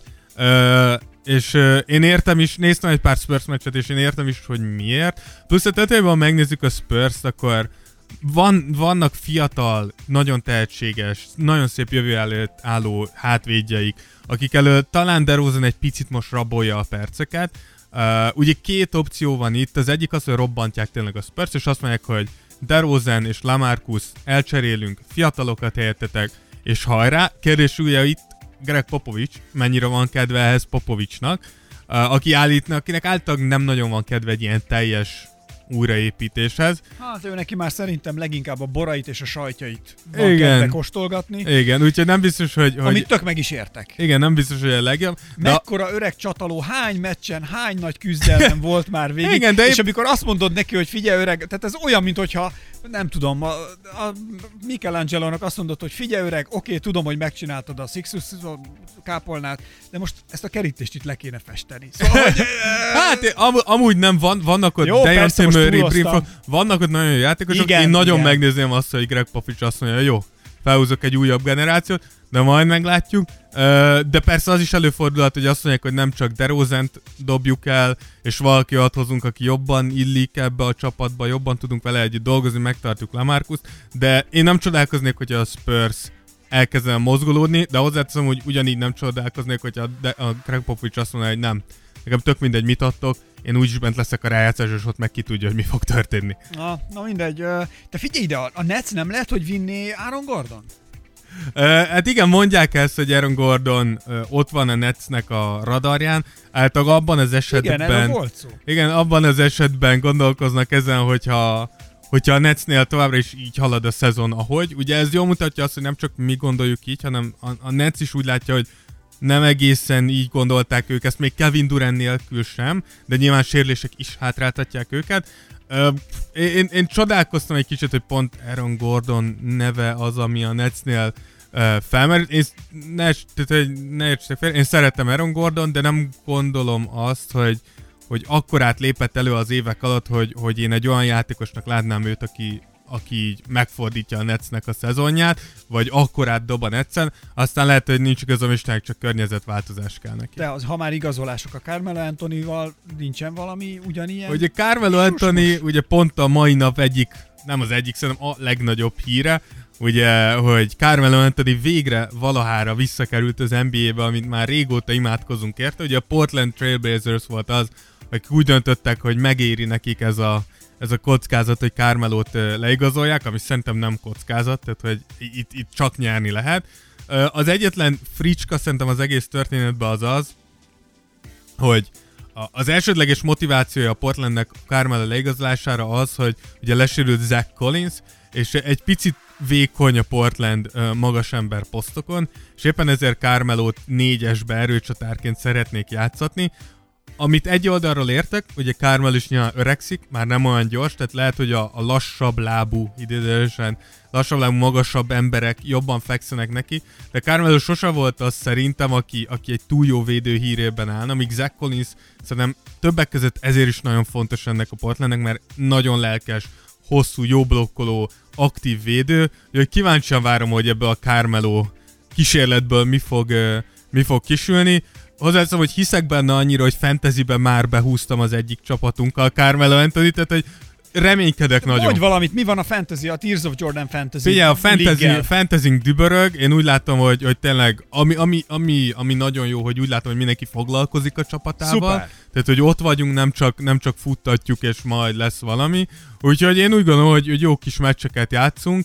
És én értem is, néztem egy pár Spurs meccset, és én értem is, hogy miért. Plusz a tetejében megnézzük a Spurs-t, akkor vannak fiatal, nagyon tehetséges, nagyon szép jövő előtt álló hátvédjeik, akik elől talán DeRozan egy picit most rabolja a perceket. Ugye két opció van itt, az egyik az, hogy robbantják tényleg a Spurs, és azt mondják, hogy DeRozan és LaMarcus elcserélünk, fiatalokat helyettetek, és hajrá. Kérdés ugye itt Greg Popovich, mennyire van kedve ehhez Popovichnak, akinek általában nem nagyon van kedve egy ilyen teljes újraépítéshez. Hát ő neki már szerintem leginkább a borait és a sajtjait van kedve kóstolgatni. Igen, úgyhogy nem biztos, hogy... Amit tök meg is értek. Igen, nem biztos, hogy a legjobb. Mekkora öreg csataló, hány meccsen, hány nagy küzdelem volt már végig, igen, és amikor azt mondod neki, hogy figyelj öreg, tehát ez olyan, mintha nem tudom, a Michelangelo-nak azt mondod, hogy figyelj öreg, oké, tudom, hogy megcsináltad a Sixus kápolnát, de most ezt a kerítést itt le kéne festeni. Szóval, hogy, hát amúgy nem vannak ott, jó, persze, vannak ott nagyon jó játékosok, igen, én nagyon megnézném azt, hogy Greg Popovich azt mondja, jó, felhúzok egy újabb generációt, de majd meglátjuk. De persze az is előfordulhat, hogy azt mondják, hogy nem csak DeRozant dobjuk el, és valaki ott hozunk, aki jobban illik ebbe a csapatba, jobban tudunk vele együtt dolgozni, megtartjuk LaMarcust, de én nem csodálkoznék, hogy a Spurs elkezdene mozgolódni, de hozzáteszem, hogy ugyanígy nem csodálkoznék, hogy a Greg Popovich azt mondja, hogy nem. Nekem tök mindegy, mit adtok, én úgyis bent leszek a rájátszás, és ott meg ki tudja, hogy mi fog történni. Na mindegy. Te figyelj ide, a Nets nem lehet, hogy vinné Aaron Gordon? Hát igen, mondják ezt, hogy Aaron Gordon ott van a Netsnek a radarján. Általában abban az esetben... Igen, erről volt szó. Igen, abban az esetben gondolkoznak ezen, hogyha a Netsnél továbbra is így halad a szezon, ahogy. Ugye ez jól mutatja azt, hogy nem csak mi gondoljuk így, hanem a Nets is úgy látja, hogy nem egészen így gondolták ők, ezt még Kevin Durant nélkül sem, de nyilván sérülések is hátráltatják őket. Én csodálkoztam egy kicsit, hogy pont Aaron Gordon neve az, ami a Netsnél felmerült. Én szeretem Aaron Gordon, de nem gondolom azt, hogy akkorát lépett elő az évek alatt, hogy én egy olyan játékosnak látnám őt, aki így megfordítja a Netsnek a szezonját, vagy akkorát dob a Netsen, aztán lehet, hogy nincs igazam, és csak környezetváltozás kell neki. De ha már igazolások a Carmelo Anthonyval, nincsen valami ugyanilyen? Ugye Carmelo Anthony ugye pont a mai nap nem az egyik, szerintem a legnagyobb híre, ugye, hogy Carmelo Anthony végre valahára visszakerült az NBA-be, amit már régóta imádkozunk érte. Ugye a Portland Trail Blazers volt az, akik úgy döntöttek, hogy megéri nekik ez a kockázat, hogy Carmelót leigazolják, ami szerintem nem kockázat, tehát hogy itt csak nyerni lehet. Az egyetlen fricska szerintem az egész történetben az, hogy az elsődleges motivációja a Portlandnek Carmelo leigazolására az, hogy ugye lesérült Zach Collins, és egy picit vékony a Portland magas ember posztokon, és éppen ezért Carmelót 4-esbe erőcsatárként szeretnék játszatni. Amit egy oldalról értek, ugye Carmelo is nyilván öregszik, már nem olyan gyors, tehát lehet, hogy a lassabb lábú, idézősen lassabb lábú, magasabb emberek jobban fekszenek neki, de Carmelo sose volt az szerintem, aki egy túl jó védő hírében állna, míg Zach Collins szerintem többek között ezért is nagyon fontos ennek a Portlandnek, mert nagyon lelkes, hosszú, jó blokkoló, aktív védő, hogy kíváncsian várom, hogy ebből a Carmelo kísérletből mi fog kisülni. Hozzáteszem, hogy hiszek benne annyira, hogy fantasyben már behúztam az egyik csapatunkkal Carmelo Anthony, tehát hogy reménykedek nagyon. Mondj valamit, mi van a fantasy, a Tears of Jordan fantasy? Figyelj, a fantasyng dübörög, én úgy látom, hogy tényleg, ami nagyon jó, hogy úgy látom, hogy mindenki foglalkozik a csapatával. Szuper. Tehát, hogy ott vagyunk, nem csak futtatjuk, és majd lesz valami. Úgyhogy én úgy gondolom, hogy jó kis meccseket játszunk.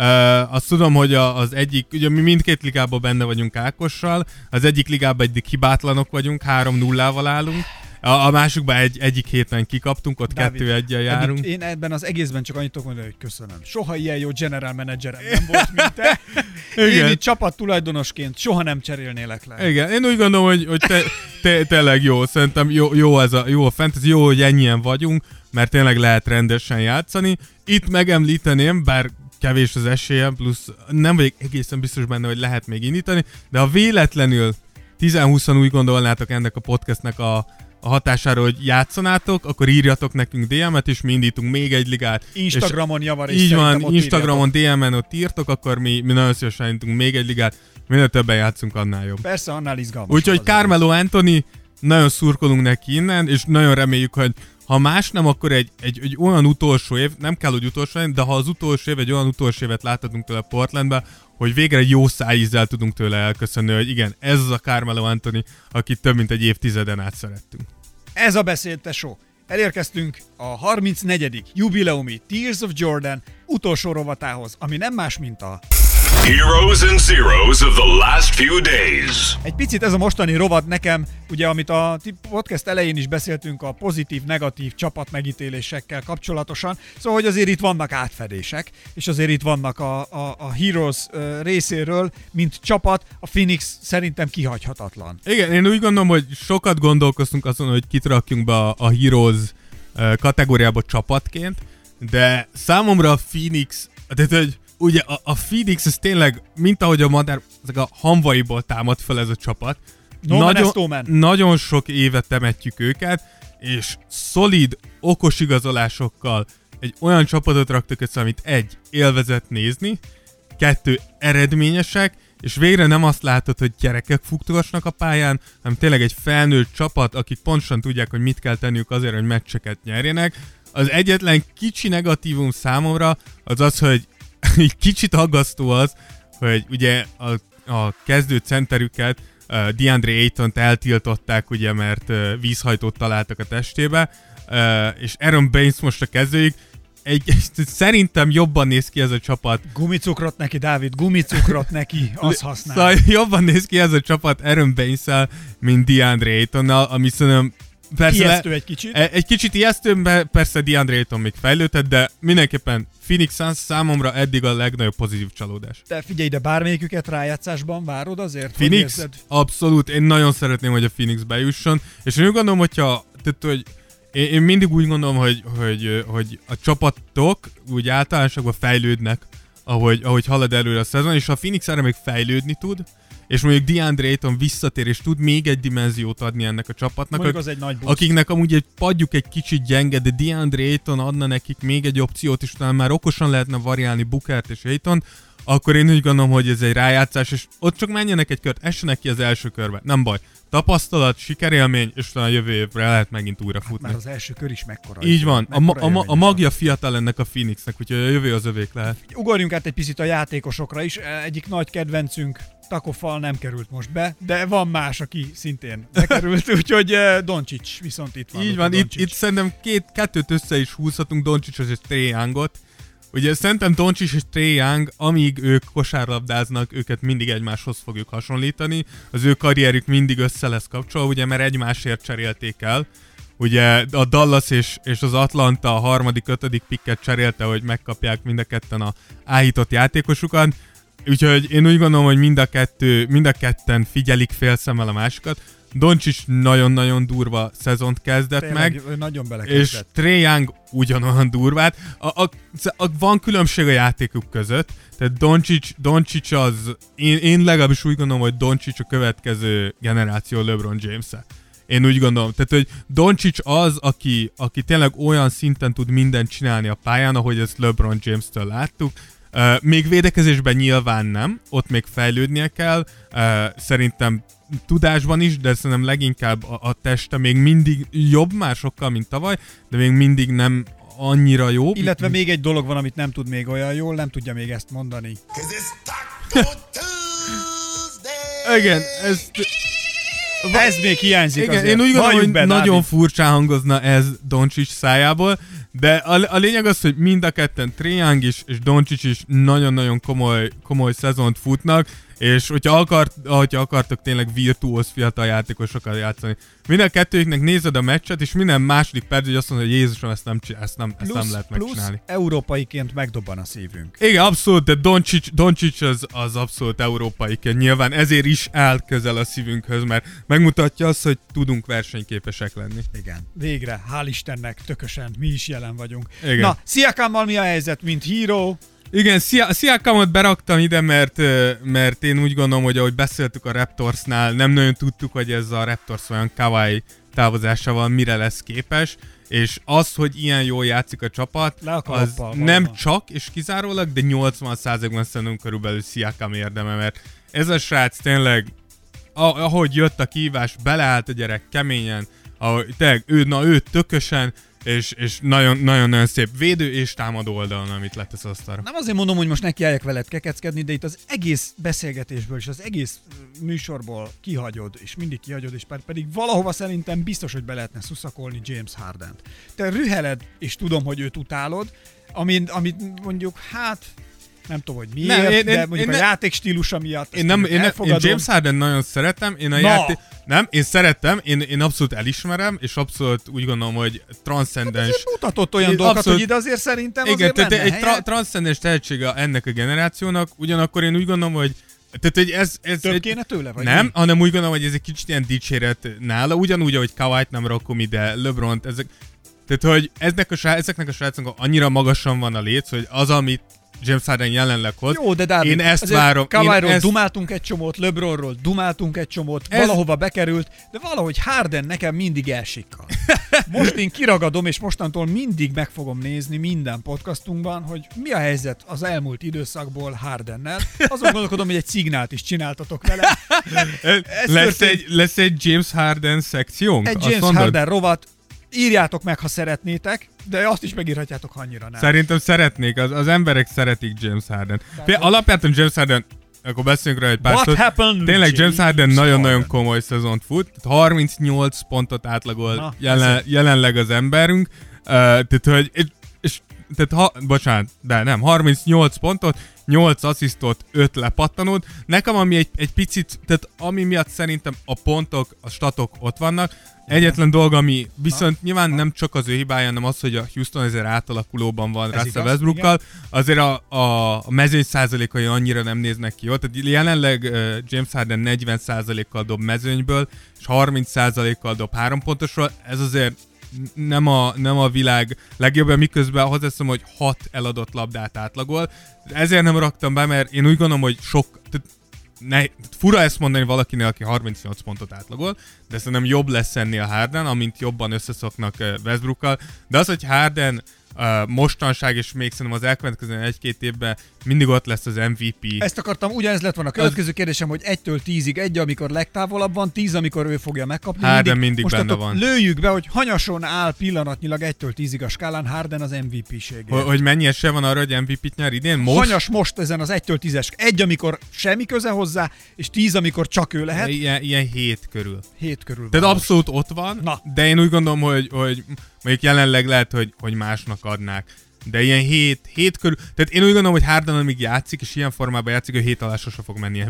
Azt tudom, hogy az egyik, ugye mi mindkét ligában benne vagyunk Ákossal, az egyik ligában eddig hibátlanok vagyunk, 3-0-val állunk. A másikban egyik héten kikaptunk, ott 2-1-jel járunk. Én ebben az egészben csak annyit tudok mondani, hogy köszönöm. Soha ilyen jó general managerem nem volt, mint te. Én itt csapat tulajdonosként soha nem cserélnélek le. Igen, én úgy gondolom, hogy tényleg jó. Szerintem jó a fantasy, jó, hogy ennyien vagyunk, mert tényleg lehet rendesen játszani. Itt megemlíteném, bár kevés az esélyem, plusz nem vagyok egészen biztos benne, hogy lehet még indítani, de ha véletlenül 10-20-an úgy gondolnátok ennek a podcastnek a hatásáról, hogy játszanátok, akkor írjatok nekünk DM-et, és mi indítunk még egy ligát. Instagramon javarészt. Így van, Instagramon, DM-en ott írtok, akkor mi nagyon szívesen indítunk még egy ligát. Minél többen játszunk, annál jobb. Persze, annál izgalmasabb. Úgyhogy Carmelo Anthony, nagyon szurkolunk neki innen, és nagyon reméljük, hogy ha más nem, akkor egy olyan utolsó év, nem kell, hogy utolsó év, de ha az utolsó év, egy olyan utolsó évet láthatunk tőle Portlandbe, hogy végre jó szájízzel tudunk tőle elköszönni, hogy igen, ez az a Carmelo Anthony, akit több mint egy évtizeden át szerettünk. Ez a beszédtesó. Elérkeztünk a 34. jubileumi Tears of Jordan utolsó rovatához, ami nem más, mint a Heroes and Zeros of the last few days. Egy picit ez a mostani rovat nekem, ugye amit a podcast elején is beszéltünk a pozitív-negatív csapatmegítélésekkel kapcsolatosan, szóval hogy azért itt vannak átfedések, és azért itt vannak a Heroes részéről, mint csapat, a Phoenix szerintem kihagyhatatlan. Igen, én úgy gondolom, hogy sokat gondolkoztunk azon, hogy kit rakjunk be a Heroes kategóriába csapatként, de számomra a Phoenix, tehát hogy ugye a Phoenix, ez tényleg, mint ahogy a madár, ezek a hamvaiból támad fel ez a csapat. Nagyon sok éve temetjük őket, és szolid, okos igazolásokkal egy olyan csapatot raktak össze, amit egy, élvezett nézni, 2, eredményesek, és végre nem azt látod, hogy gyerekek futgasnak a pályán, hanem tényleg egy felnőtt csapat, akik pontosan tudják, hogy mit kell tenniük azért, hogy meccseket nyerjenek. Az egyetlen kicsi negatívum számomra az, hogy egy kicsit aggasztó az, hogy ugye a kezdő centerüket, DeAndre Aytont eltiltották, ugye, mert vízhajtót találtak a testébe, és Aaron Baines most a kezdőjük. szerintem jobban néz ki ez a csapat. Gumicukrot neki, Dávid, gumicukrot neki, azt használ. Szóval jobban néz ki ez a csapat Aaron Baines-szel, mint DeAndre Aytonnal, ami szerintem persze ijesztő egy kicsit. Egy kicsit ijesztő, persze DeAndre Ayton még fejlődhet, de mindenképpen Phoenix Suns számomra eddig a legnagyobb pozitív csalódás. De figyelj, de bármelyiküket rájátszásban várod azért? Phoenix? Abszolút, én nagyon szeretném, hogy a Phoenix bejusson, és én úgy gondolom, hogy én mindig úgy gondolom, hogy a csapatok úgy általánosságban fejlődnek, ahogy halad előre a szezon, és ha a Phoenix erre még fejlődni tud, és mondjuk DeAndre Ayton visszatér, és tud még egy dimenziót adni ennek a csapatnak, az egy nagy akiknek amúgy egy padjuk egy kicsit gyenge, de DeAndre Ayton adna nekik még egy opciót, és talán már okosan lehetne variálni Bookert és Ayton, akkor én úgy gondolom, hogy ez egy rájátszás, és ott csak menjenek egy kört, essenek ki az első körbe, nem baj. Tapasztalat, sikerélmény, és talán jövő évre lehet megint újra futni. Már az első kör is mekkora. Így van, a magja fiatal ennek a Phoenixnek, úgyhogy a jövő az övék lehet. Ugorjunk át egy picit a játékosokra is. Egyik nagy kedvencünk, Tacko Fall nem került most be, de van más, aki szintén bekerült, úgyhogy Doncic viszont itt van. Így van, itt szerintem kettőt össze is húzhatunk, Doncicot és Trae Youngot. Ugye szerintem Doncic és Trae Young, amíg ők kosárlabdáznak, őket mindig egymáshoz fogjuk hasonlítani. Az ő karrierük mindig össze lesz kapcsolva, ugye, mert egymásért cserélték el. Ugye a Dallas és az Atlanta a harmadik, ötödik picket cserélte, hogy megkapják mind a ketten a áhított játékosukat. Úgyhogy én úgy gondolom, hogy mind a ketten figyelik félszemmel a másikat. Doncic nagyon-nagyon durva szezont kezdett tényleg, meg, nagyon és Trae Young ugyanolyan durvát. Van különbség a játékuk között, tehát Doncic az, én legalábbis úgy gondolom, hogy Doncic a következő generáció LeBron James-e. Én úgy gondolom, tehát hogy Doncic az, aki tényleg olyan szinten tud mindent csinálni a pályán, ahogy ezt LeBron James-től láttuk. Még védekezésben nyilván nem, ott még fejlődnie kell, szerintem tudásban is, de szerintem leginkább a teste még mindig jobb már sokkal, mint tavaly, de még mindig nem annyira jó. Illetve még egy dolog van, amit nem tud még olyan jól, nem tudja még ezt mondani. Igen, ez még hiányzik. Igen, én úgy gondolom, hogy nagyon furcsán hangozna ez Doncic szájából, de a lényeg az, hogy mind a ketten, Trae Young is és Doncic is nagyon-nagyon komoly szezont futnak, és hogyha akartok tényleg virtuóz fiatal játékosokat játszani. Minden kettőjüknek nézed a meccset, és minden második perc, hogy azt mondod, hogy Jézusom, ezt nem lehet megcsinálni. Plusz európaiként megdobban a szívünk. Igen, abszolút, de Doncic az abszolút európaiként. Nyilván ezért is áll közel a szívünkhöz, mert megmutatja azt, hogy tudunk versenyképesek lenni. Igen, végre, hál' Istennek, tökösen, mi is jelen vagyunk. Igen. Na, Siakammal mi a helyzet, mint hero? Igen, Siakamot beraktam ide, mert én úgy gondolom, hogy ahogy beszéltük a Raptorsnál, nem nagyon tudtuk, hogy ez a Raptors olyan Kawhi távozásával mire lesz képes, és az, hogy ilyen jól játszik a csapat, az nem csak és kizárólag, de 80%-ban szerintem körülbelül Siakam érdeme, mert ez a srác tényleg, ahogy jött a kihívás, beleállt a gyerek keményen, tényleg ő tökösen, és nagyon-nagyon szép védő és támadó oldalon, amit letesz asztalra. Nem azért mondom, hogy most nekiálljak veled kekeckedni, de itt az egész beszélgetésből és az egész műsorból kihagyod, és mindig kihagyod, és pedig valahova szerintem biztos, hogy be lehetne szuszakolni James Hardent. Te rüheled, és tudom, hogy őt utálod, amit mondjuk, hát nem tudom, hogy miért, de mondjuk a játékstílusa miatt én James Harden nagyon szeretem, én szeretem, én abszolút elismerem, és abszolút úgy gondolom, hogy transzcendens. Hát mutatott olyan dolgokat, hogy ide azért szerintem igen, azért menne egy transzcendens tehetsége ennek a generációnak, ugyanakkor én úgy gondolom, hogy ez több kéne tőle, vagy nem, hanem úgy gondolom, hogy ez egy kicsit ilyen dicséret nála, ugyanúgy, ahogy Kawhi-t nem rakom ide, LeBront, tehát, hogy ezeknek a srácoknak annyira magasan van a léc, hogy az, amit James Harden jelenleg hoz. Jó, de Dávid, én ezt várom. Kawhiról dumáltunk egy csomót, LeBronról dumáltunk egy csomót, valahova bekerült, de valahogy Harden nekem mindig elsikkal. Most én kiragadom, és mostantól mindig meg fogom nézni minden podcastunkban, hogy mi a helyzet az elmúlt időszakból Hardennel. Azon gondolkodom, hogy egy szignált is csináltatok vele. Lesz egy James Harden szekciónk? Egy James Harden rovat. Írjátok meg, ha szeretnétek, de azt is megírhatjátok, ha annyira nem. Szerintem szeretnék, az emberek szeretik James Harden. Alapjáton James Harden, akkor beszéljünk rá egy pár szót. Tényleg James Harden nagyon-nagyon komoly szezont fut. 38 pontot átlagol jelenleg az emberünk. Tehát, hogy, és 38 pontot, 8 asszisztot, 5 lepattanót. Nekem ami egy picit, tehát ami miatt szerintem a pontok, a statok ott vannak, egyetlen dolog, ami viszont nyilván nem csak az ő hibája, hanem az, hogy a Houston ezért átalakulóban van Russell Westbrookkal, azért a mezőny százalékai annyira nem néznek ki. Tehát jelenleg James Harden 40%-kal dob mezőnyből, és 30%-kal dob 3 pontosról. Ez azért nem a világ legjobbja, miközben hozzáteszem, hogy 6 eladott labdát átlagol. Ezért nem raktam be, mert én úgy gondolom, hogy fura ezt mondani valakinél, aki 38 pontot átlagol, de szerintem jobb lesz ennél Harden, amint jobban összeszoknak Westbrookkal. De az, hogy Harden mostanság, és még szerintem az elkövetkező 1-2 évben mindig ott lesz az MVP. Ezt akartam, ugyanez lett volna a következő kérdésem, hogy 1-től 10-ig, 1 amikor legtávolabb van, 10 amikor ő fogja megkapni. Harden mindig benne van. Lőjük be, hogy hanyason áll pillanatnyilag 1-től 10-ig a skálán Harden az MVP-ségért. Hogy mennyi esély van arra, hogy MVP-t nyer idén? Most? Hanyas most ezen az 1-től 10-es. 1, amikor semmi köze hozzá, és 10, amikor csak ő lehet. Ilyen 7 körül. 7 körül. Tehát abszolút ott van, de én úgy gondolom, hogy mondjuk jelenleg lehet, hogy másnak adnák. De ilyen 7 körül. Tehát én úgy gondolom, hogy Harden amíg játszik, és ilyen formában játszik, ő 7 alá sose fog menni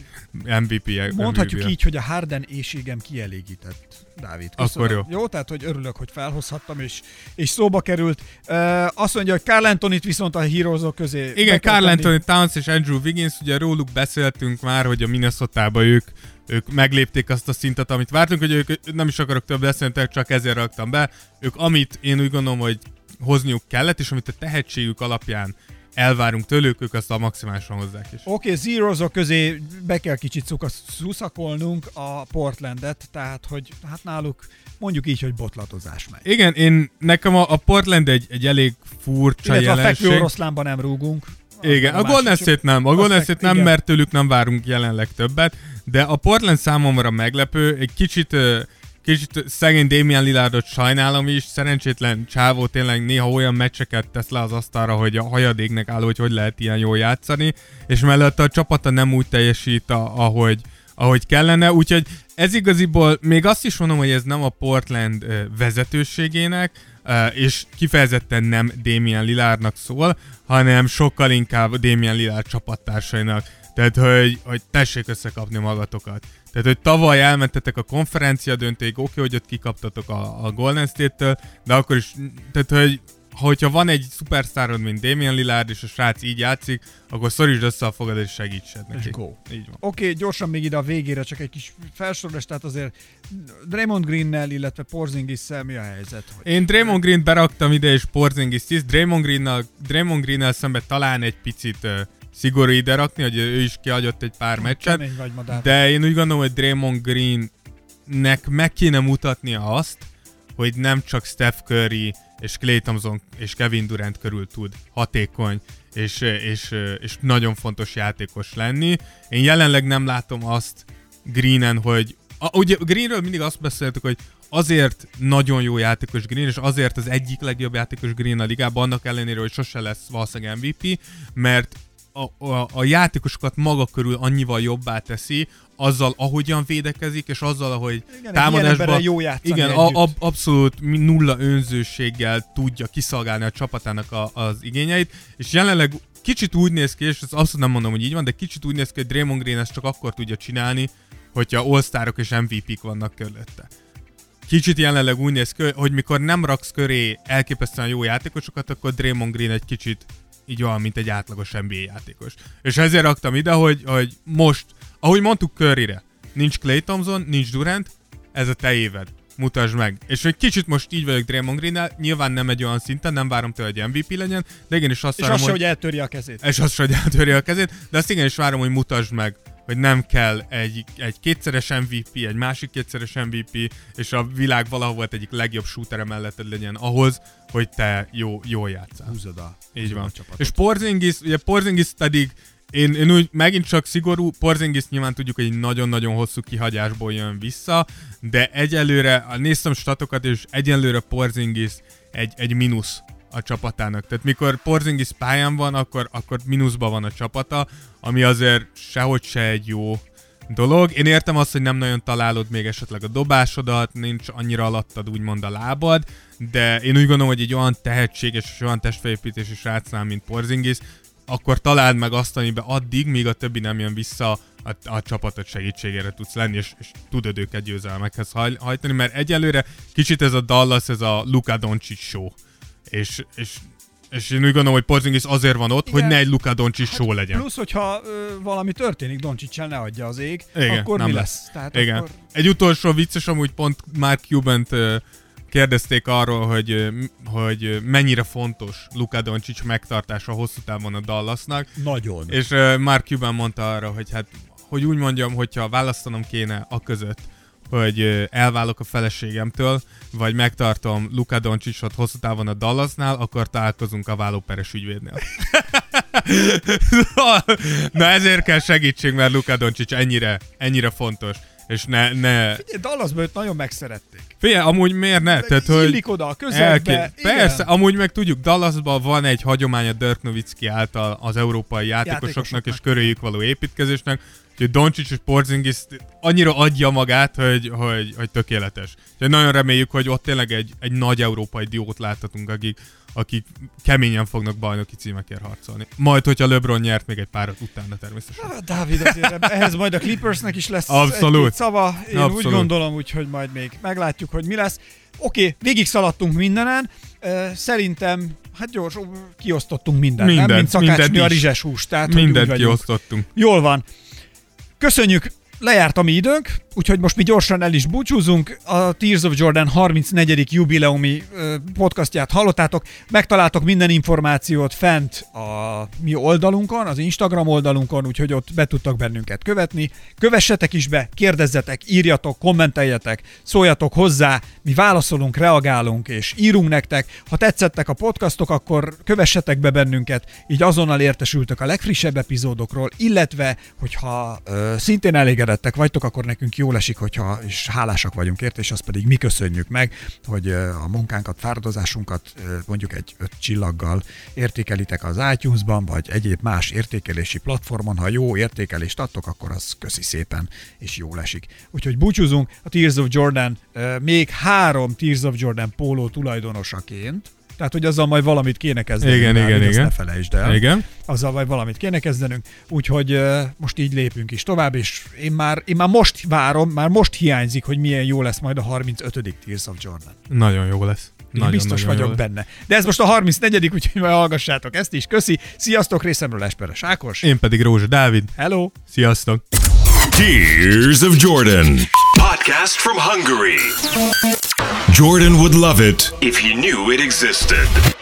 MVP. Mondhatjuk így, hogy a Harden éjségem kielégített, Dávid. Köszönöm. Akkor jó. Jó, tehát hogy örülök, hogy felhozhattam, és szóba került. Azt mondja, hogy Karl Anthony-t viszont a hírózók közé. Igen, Karl Anthony Towns és Andrew Wiggins, ugye róluk beszéltünk már, hogy a Minnesota-ba ők meglépték azt a szintet, amit vártunk, hogy ők nem is akarok több beszélni, csak ezért raktam be. Ők amit én úgy gondolom, hogy hozniuk kellett, és amit a tehetségük alapján elvárunk tőlük, ők azt a maximálisan hozzák is. Oké, Zerozok közé be kell kicsit szuszakolnunk a Portlandet, tehát hogy hát náluk mondjuk így, hogy botlatozás megy. Igen, nekem a Portland egy elég furcsa jelenség. A fekvő oroszlánban nem rúgunk. Igen, a Golden State nem, mert tőlük nem várunk jelenleg többet, de a Portland számomra meglepő, egy kicsit szegény Damian Lillardot sajnálom is, szerencsétlen csávó tényleg néha olyan meccseket tesz le az asztalra, hogy a hajadéknek áll, hogy lehet ilyen jól játszani, és mellett a csapata nem úgy teljesít, ahogy kellene, úgyhogy ez igaziból, még azt is mondom, hogy ez nem a Portland vezetőségének, és kifejezetten nem Damian Lillardnak szól, hanem sokkal inkább Damian Lillard csapattársainak. Tehát, hogy tessék összekapni magatokat. Tehát, hogy tavaly elmentetek a konferencia döntőig, oké, hogy ott kikaptatok a Golden State-től, de akkor is, tehát, hogyha van egy szupersztárod, mint Damian Lillard, és a srác így játszik, akkor szorítsd össze a fogad, és segítsed neki. Így van. Oké, gyorsan még ide a végére csak egy kis felsorolás, tehát azért Draymond Greennel, illetve Porzingisszel mi a helyzet? Én Draymond Greent beraktam ide, és Porzingist is. Draymond Greennel szemben talán egy picit szigorú ide rakni, hogy ő is kiadott egy pár meccset, de én úgy gondolom, hogy Draymond Greennek meg kéne mutatnia azt, hogy nem csak Steph Curry és Klay Thompson és Kevin Durant körül tud hatékony és nagyon fontos játékos lenni. Én jelenleg nem látom azt Greenen, hogy ugye Greenről mindig azt beszéltük, hogy azért nagyon jó játékos Green, és azért az egyik legjobb játékos Green a ligában, annak ellenére, hogy sose lesz valószínűleg MVP, mert a játékosokat maga körül annyival jobbá teszi, azzal, ahogyan védekezik, és azzal, ahogy támadásban abszolút nulla önzőséggel tudja kiszolgálni a csapatának az igényeit, és jelenleg kicsit úgy néz ki, és ezt abszolút nem mondom, hogy így van, de kicsit úgy néz ki, hogy Draymond Green ezt csak akkor tudja csinálni, hogyha All-Starok és MVP-k vannak körülötte. Kicsit jelenleg úgy néz ki, hogy mikor nem raksz köré elképesztően jó játékosokat, akkor Draymond Green egy kicsit így olyan, mint egy átlagos NBA játékos. És ezért raktam ide, hogy most, ahogy mondtuk Curryre, nincs Klay Thompson, nincs Durant, ez a te éved. Mutasd meg. És egy kicsit most így vagyok Draymond Greennel, nyilván nem egy olyan szinten, nem várom tőle, hogy MVP legyen, de igenis azt várom, hogy eltörje a kezét. És azt, hogy eltörje a kezét, de azt igenis várom, hogy mutasd meg, hogy nem kell egy kétszeres MVP, egy másik kétszeres MVP, és a világ valahol egyik legjobb shootere melletted legyen ahhoz, hogy te jól játszál. Húzod így van. És Porzingis pedig én úgy megint csak szigorú, Porzingis nyilván tudjuk, hogy egy nagyon-nagyon hosszú kihagyásból jön vissza, de egyelőre, néztem statokat, és egyelőre Porzingis egy mínusz a csapatának. Tehát mikor Porzingis pályán van, akkor mínuszban van a csapata, ami azért sehogy se egy dolog. Én értem azt, hogy nem nagyon találod még esetleg a dobásodat, nincs annyira alattad úgymond a lábad, de én úgy gondolom, hogy egy olyan tehetséges és olyan testfelépítési srácnál, mint Porzingis, akkor találd meg azt, amiben addig, míg a többi nem jön vissza, a csapatot segítségére tudsz lenni, és tudod őket győzelmekhez hajtani, mert egyelőre kicsit ez a Dallas, ez a Luka Doncic show. És én úgy gondolom, hogy Porzingis azért van ott, igen, hogy ne egy Luka Doncic show legyen. Plusz, hogyha valami történik Donciccal, ne adja az ég, igen, akkor mi lesz? Tehát igen. Akkor... Egy utolsó vicces, amúgy pont Mark Cubant kérdezték arról, hogy mennyire fontos Luka Doncic megtartása hosszú távon a Dallasnak. Nagyon. És Mark Cuban mondta arra, hogy hát, hogy úgy mondjam, hogyha választanom kéne a között, hogy elválok a feleségemtől, vagy megtartom Luka Doncicot hosszú távon a Dallasnál, akkor találkozunk a vállóperes ügyvédnél. Na ezért kell segítség, mert Luka Doncic ennyire fontos. És ne... Figyelj, Dallasban őt nagyon megszerették. Figyelj, amúgy miért ne? Tehát, hogy illik oda a közegbe. Persze, amúgy meg tudjuk, Dallasban van egy hagyomány a Dirk Nowitzki által az európai játékosoknak és köréjük való építkezésnek, hogy Doncic és Porzingis annyira adja magát, hogy tökéletes. Úgyhogy nagyon reméljük, hogy ott tényleg egy nagy európai diót láthatunk, akik keményen fognak bajnoki címekért harcolni. Majd, hogyha LeBron nyert még egy párat utána természetesen. Dávid, azért ehhez majd a Clippersnek is lesz egy szava. Én úgy gondolom, úgyhogy majd még meglátjuk, hogy mi lesz. Oké, végig szaladtunk mindenen. Szerintem, hát gyors, kiosztottunk mindent, nem? Mint szakácsnő a rizses húst. Tehát, mindent kiosztottunk. Jól van. Köszönjük! Lejárt a mi időnk, úgyhogy most mi gyorsan el is búcsúzunk. A Tears of Jordan 34. jubileumi podcastját hallottátok. Megtaláltok minden információt fent a mi oldalunkon, az Instagram oldalunkon, úgyhogy ott be tudtak bennünket követni. Kövessetek is be, kérdezzetek, írjatok, kommenteljetek, szóljatok hozzá, mi válaszolunk, reagálunk és írunk nektek. Ha tetszettek a podcastok, akkor kövessetek be bennünket, így azonnal értesültök a legfrissebb epizódokról, illetve, hogyha szintén elégedettek vagytok, akkor nekünk jól esik, hogyha és hálásak vagyunk érte, és azt pedig mi köszönjük meg, hogy a munkánkat, fáradozásunkat mondjuk egy 5 csillaggal értékelitek az iTunes-ban, vagy egyéb más értékelési platformon. Ha jó értékelést adtok, akkor az köszi szépen, és jól esik. Úgyhogy búcsúzunk a Tears of Jordan, még 3 Tears of Jordan póló tulajdonosaként. Tehát, hogy azzal majd valamit kéne kezdenünk. Igen. Ne felejtsd el. Igen. Azzal majd valamit kéne kezdenünk. Úgyhogy most így lépünk is tovább, és én már most várom, már most hiányzik, hogy milyen jó lesz majd a 35. Tears of Jordan. Nagyon jó lesz. Én biztos vagyok benne. De ez most a 34. úgyhogy majd hallgassátok ezt is. Köszi. Sziasztok, részemről Esperes Ákos. Én pedig Rózsa Dávid. Hello. Sziasztok. Tears of Jordan. Podcast from Hungary. Jordan would love it if he knew it existed.